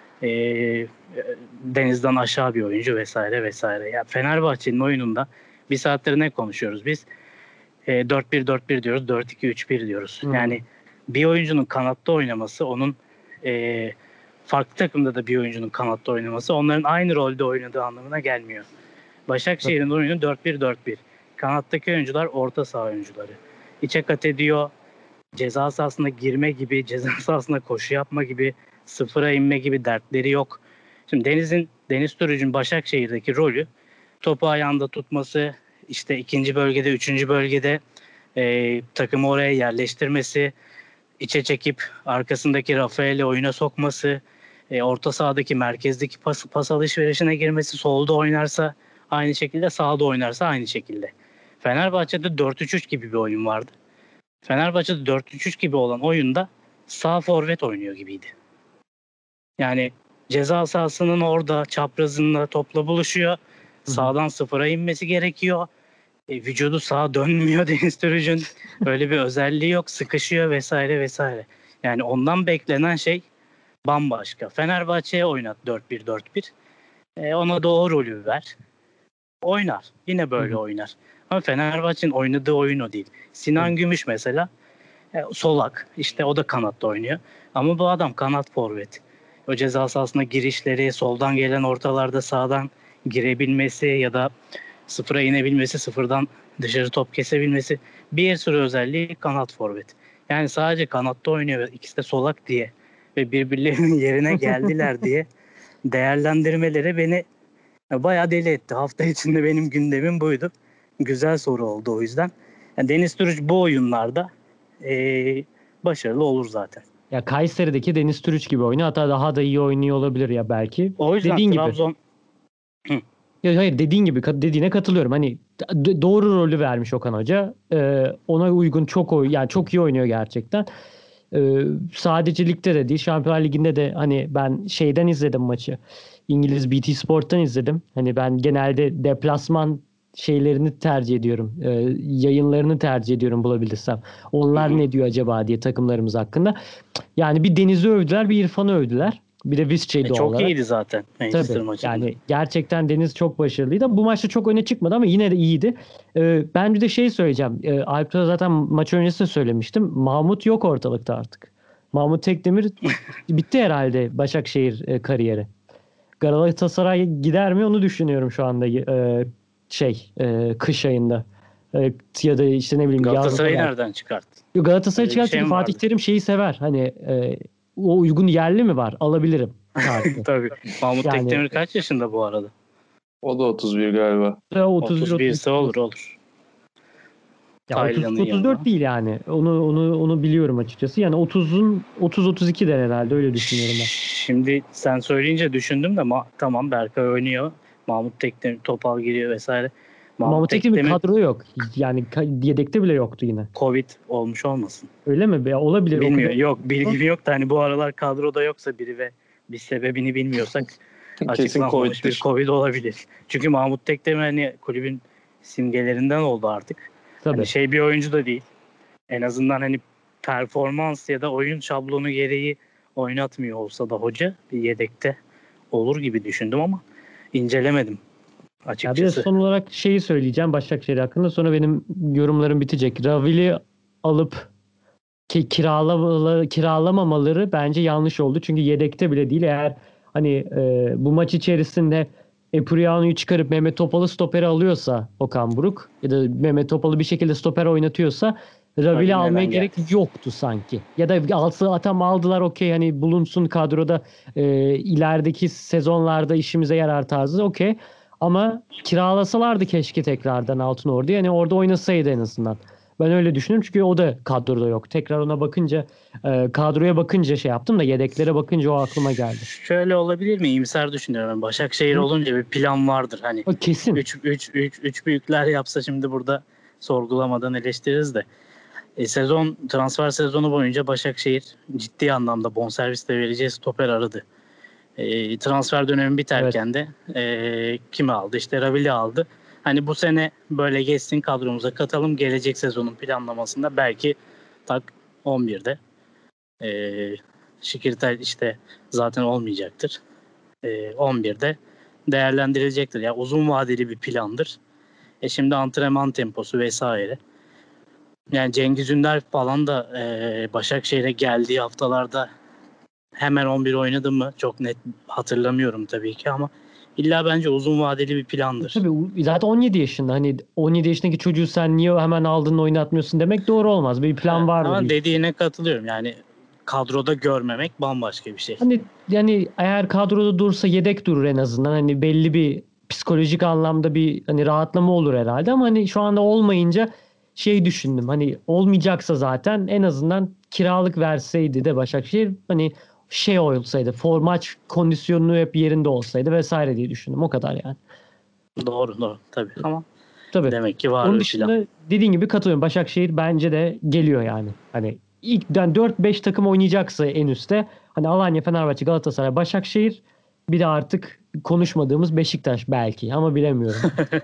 Deniz'den aşağı bir oyuncu vesaire vesaire. Ya Fenerbahçe'nin oyununda bir saattir ne konuşuyoruz biz? 4-1-4-1 diyoruz, 4-2-3-1 diyoruz. Yani bir oyuncunun kanatta oynaması, onun farklı takımda da bir oyuncunun kanatta oynaması onların aynı rolde oynadığı anlamına gelmiyor. Başakşehir'in oyunu 4-1-4-1. Kanattaki oyuncular orta saha oyuncuları. İçe kat ediyor, ceza sahasına girme gibi, ceza sahasına koşu yapma gibi, sıfıra inme gibi dertleri yok. Şimdi Deniz Türücü'nün Başakşehir'deki rolü topu ayağında tutması, işte ikinci bölgede, üçüncü bölgede Takımı oraya yerleştirmesi, içe çekip arkasındaki Rafael'i oyuna sokması, orta sahadaki merkezdeki pas alışverişine girmesi, solda oynarsa aynı şekilde, sağda oynarsa aynı şekilde. Fenerbahçe'de 4-3-3 gibi bir oyun vardı. Fenerbahçe'de 4-3-3 gibi olan oyunda sağ forvet oynuyor gibiydi. Yani ceza sahasının orada çaprazında topla buluşuyor. Sağdan sıfıra inmesi gerekiyor. Vücudu sağa dönmüyor Deniz Türüc'ün. Öyle bir özelliği yok. Sıkışıyor vesaire vesaire. Yani ondan beklenen şey bambaşka. Fenerbahçe'ye oynat 4-1-4-1. Ona da o rolü ver. Oynar. Yine böyle oynar. Ama Fenerbahçe'nin oynadığı oyun o değil. Sinan Gümüş mesela solak. İşte o da kanatta oynuyor. Ama bu adam kanat forvet. O ceza sahasına girişleri, soldan gelen ortalarda sağdan girebilmesi ya da sıfıra inebilmesi, sıfırdan dışarı top kesebilmesi, bir sürü özelliği kanat forvet. Yani sadece kanatta oynuyor ve ikisi de solak diye ve birbirlerinin yerine geldiler diye değerlendirmeleri beni bayağı deli etti. Hafta içinde benim gündemim buydu. Güzel soru oldu o yüzden. Yani Deniz Türüç bu oyunlarda başarılı olur zaten. Ya Kayseri'deki Deniz Türüç gibi oynuyor. Hatta daha da iyi oynuyor olabilir ya belki. O yüzden Dediğin Trabzon gibi. Ya hayır, dediğine katılıyorum. Hani doğru rolü vermiş Okan Hoca. Ona uygun yani çok iyi oynuyor gerçekten. Sadece ligde de değil, Şampiyonlar Ligi'nde de hani ben şeyden izledim maçı. İngiliz BT Sport'tan izledim. Hani ben genelde deplasman şeylerini tercih ediyorum. Yayınlarını tercih ediyorum bulabilirsem. Onlar ne diyor acaba diye takımlarımız hakkında. Yani bir Deniz'i övdüler, bir İrfan'ı övdüler. Bir de Visca'yı doğal çok olarak. iyiydi zaten Manchester Tabii. maçında. Yani gerçekten Deniz çok başarılıydı. Bu maçta çok öne çıkmadı ama yine de iyiydi. Ben bir de şey söyleyeceğim. Alp'te zaten maç öncesi söylemiştim. Mahmut yok ortalıkta artık. Mahmut Tekdemir bitti herhalde Başakşehir kariyeri. Galatasaray gider mi onu düşünüyorum şu anda kış ayında. Ya da işte ne bileyim Galatasaray'ı yazda. nereden çıkarttı? Galatasaray Öyle bir çıkar şey çünkü mi Fatih vardı? Terim şeyi sever. Hani o uygun yerli mi var? Alabilirim. Tabii. Mahmut Yani- Tekdemir kaç yaşında bu arada? O da 31 galiba. 31 31 32 ise olur. Ya Taylan'ın 34 yanına. değil yani. Onu biliyorum açıkçası. Yani 30-32 der herhalde, öyle düşünüyorum ben. Şimdi sen söyleyince düşündüm de tamam Berkay oynuyor. Mahmut Tekdemir Topal giriyor vesaire. Mahmut Tekdemir kadro yok. Yani yedekte bile yoktu yine. Covid olmuş olmasın. Öyle mi? Ya olabilir. Bilmiyorum. Yok, bilgim yok da hani bu aralar kadroda yoksa biri ve bir sebebini bilmiyorsak Kesin açıklanmamış bir Covid'dir. Covid olabilir. Çünkü Mahmut Tekdemir hani kulübün simgelerinden oldu artık. Tabii. Hani bir oyuncu da değil. En azından hani performans ya da oyun şablonu gereği oynatmıyor olsa da hoca bir yedekte olur gibi düşündüm ama incelemedim Ya bir de açıkçası. son olarak şeyi söyleyeceğim Başakşehir hakkında. Sonra benim yorumlarım bitecek. Ravil'i alıp kiralamamaları bence yanlış oldu. Çünkü yedekte bile değil. Eğer hani bu maç içerisinde Epuriano'yu çıkarıp Mehmet Topal'ı stopere alıyorsa Okan Buruk ya da Mehmet Topal'ı bir şekilde stoper oynatıyorsa Ravil'i Tabii, almaya neden gerek yoktu sanki. Ya da aldılar okey, hani bulunsun kadroda, ilerideki sezonlarda işimize yarar tarzı okey. Ama kiralasalardı keşke tekrardan Altınordu'yu. Yani orada oynasaydı en azından. Ben öyle düşünüyorum çünkü o da kadroda yok. Tekrar ona bakınca, kadroya bakınca şey yaptım da yedeklere bakınca o aklıma geldi. Şöyle olabilir mi? İyimser düşünüyorum. Ben Başakşehir olunca bir plan vardır. Hani O kesin. 3 büyükler yapsa şimdi burada sorgulamadan eleştiririz de. Transfer sezonu boyunca Başakşehir ciddi anlamda bonservis de vereceği stoper aradı. Transfer dönemi biterken de kimi aldı? İşte Ravil'i aldı. Hani bu sene böyle geçsin, kadromuza katalım. Gelecek sezonun planlamasında belki tak 11'de. Şikirtel işte zaten olmayacaktır. 11'de değerlendirilecektir. Yani uzun vadeli bir plandır. Şimdi antrenman temposu vesaire. Yani Cengiz Ünder falan da Başakşehir'e geldiği haftalarda hemen 11 oynadı mı çok net hatırlamıyorum tabii ki ama illa bence uzun vadeli bir plandır. Tabii zaten 17 yaşında. Hani 17 yaşındaki çocuğu sen niye hemen aldın oynatmıyorsun demek doğru olmaz. Bir plan vardır. Ama dediğine katılıyorum. Yani kadroda görmemek bambaşka bir şey. Hani yani eğer kadroda dursa yedek durur en azından. Hani belli bir psikolojik anlamda bir hani rahatlama olur herhalde ama hani şu anda olmayınca şey düşündüm. Hani olmayacaksa zaten en azından kiralık verseydi de Başakşehir hani şey olsaydı, maç kondisyonu hep yerinde olsaydı vesaire diye düşündüm. O kadar yani. Doğru tabii ama Tabii. demek ki var Onun bir plan. dışında dediğin gibi katılıyorum. Başakşehir bence de geliyor yani. Hani ilkten 4-5 takım oynayacaksa en üstte hani Alanya, Fenerbahçe, Galatasaray, Başakşehir bir de artık konuşmadığımız Beşiktaş belki ama bilemiyorum.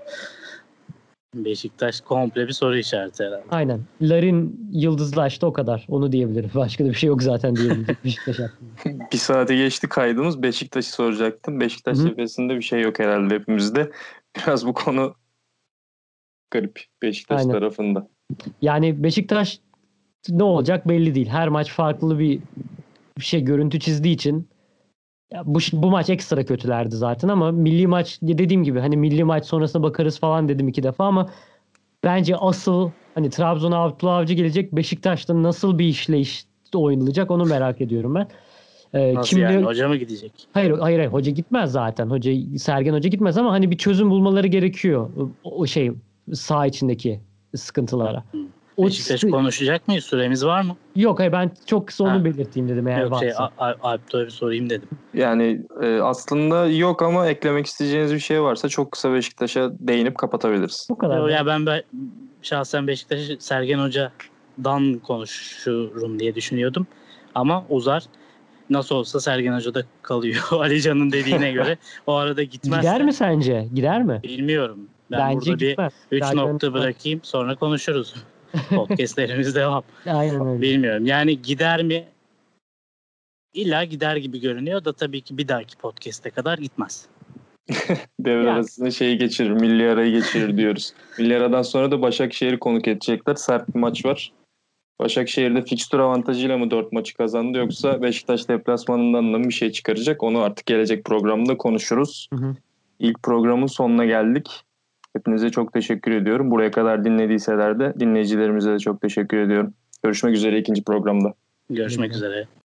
Beşiktaş komple bir soru işareti herhalde. Aynen. Larin yıldızlaştı o kadar. Onu diyebilirim. Başka da bir şey yok zaten diyebilecek Beşiktaş hakkında. Bir saate geçti kaydımız. Beşiktaş'ı soracaktım. Beşiktaş Hı hı. cephesinde bir şey yok herhalde hepimizde. Biraz bu konu garip Beşiktaş Aynen. tarafında. Yani Beşiktaş ne olacak belli değil. Her maç farklı bir şey görüntü çizdiği için ya bu maç ekstra kötülerdi zaten ama milli maç dediğim gibi hani milli maç sonrasına bakarız falan dedim 2 defa ama bence asıl hani Trabzon'a Abdullah Avcı gelecek, Beşiktaş'ta nasıl bir işleyiş oynanacak onu merak ediyorum ben. Nasıl yani? Hoca mı gidecek? Hayır, hoca gitmez zaten. Sergen Hoca gitmez ama hani bir çözüm bulmaları gerekiyor o şey saha içindeki sıkıntılara. O Beşiktaş konuşacak mıyız? Süremiz var mı? Yok, hayır, ben çok kısa onu Ha. belirteyim dedim eğer Yok varsa. Alp'e bir sorayım dedim. Yani aslında yok ama eklemek isteyeceğiniz bir şey varsa çok kısa Beşiktaş'a değinip kapatabiliriz. Bu kadar. Ya ben şahsen Beşiktaş'ı Sergen Hoca'dan konuşurum diye düşünüyordum. Ama uzar. Nasıl olsa Sergen Hoca da kalıyor. Ali Can'ın dediğine göre. O arada gitmezse. Gider mi sence? Gider mi? Bilmiyorum. Ben Bence burada gitmez. bir 3 Sergen nokta Hoca- bırakayım. Sonra konuşuruz. Podcast'lerimiz devam. Aynen öyle. Bilmiyorum. Yani gider mi? İlla gider gibi görünüyor da tabii ki bir dahaki podcast'e kadar gitmez. Devre Yani. arasında şeyi geçirir, milli arayı geçirir diyoruz. Milli aradan sonra da Başakşehir'i konuk edecekler. Sert bir maç var. Başakşehir'de fikstür avantajıyla mı 4 maçı kazandı yoksa Beşiktaş deplasmanından da mı bir şey çıkaracak? Onu artık gelecek programda konuşuruz. Hı hı. İlk programın sonuna geldik. Hepinize çok teşekkür ediyorum. Buraya kadar dinlediyseler de dinleyicilerimize de çok teşekkür ediyorum. Görüşmek üzere ikinci programda. Görüşmek üzere.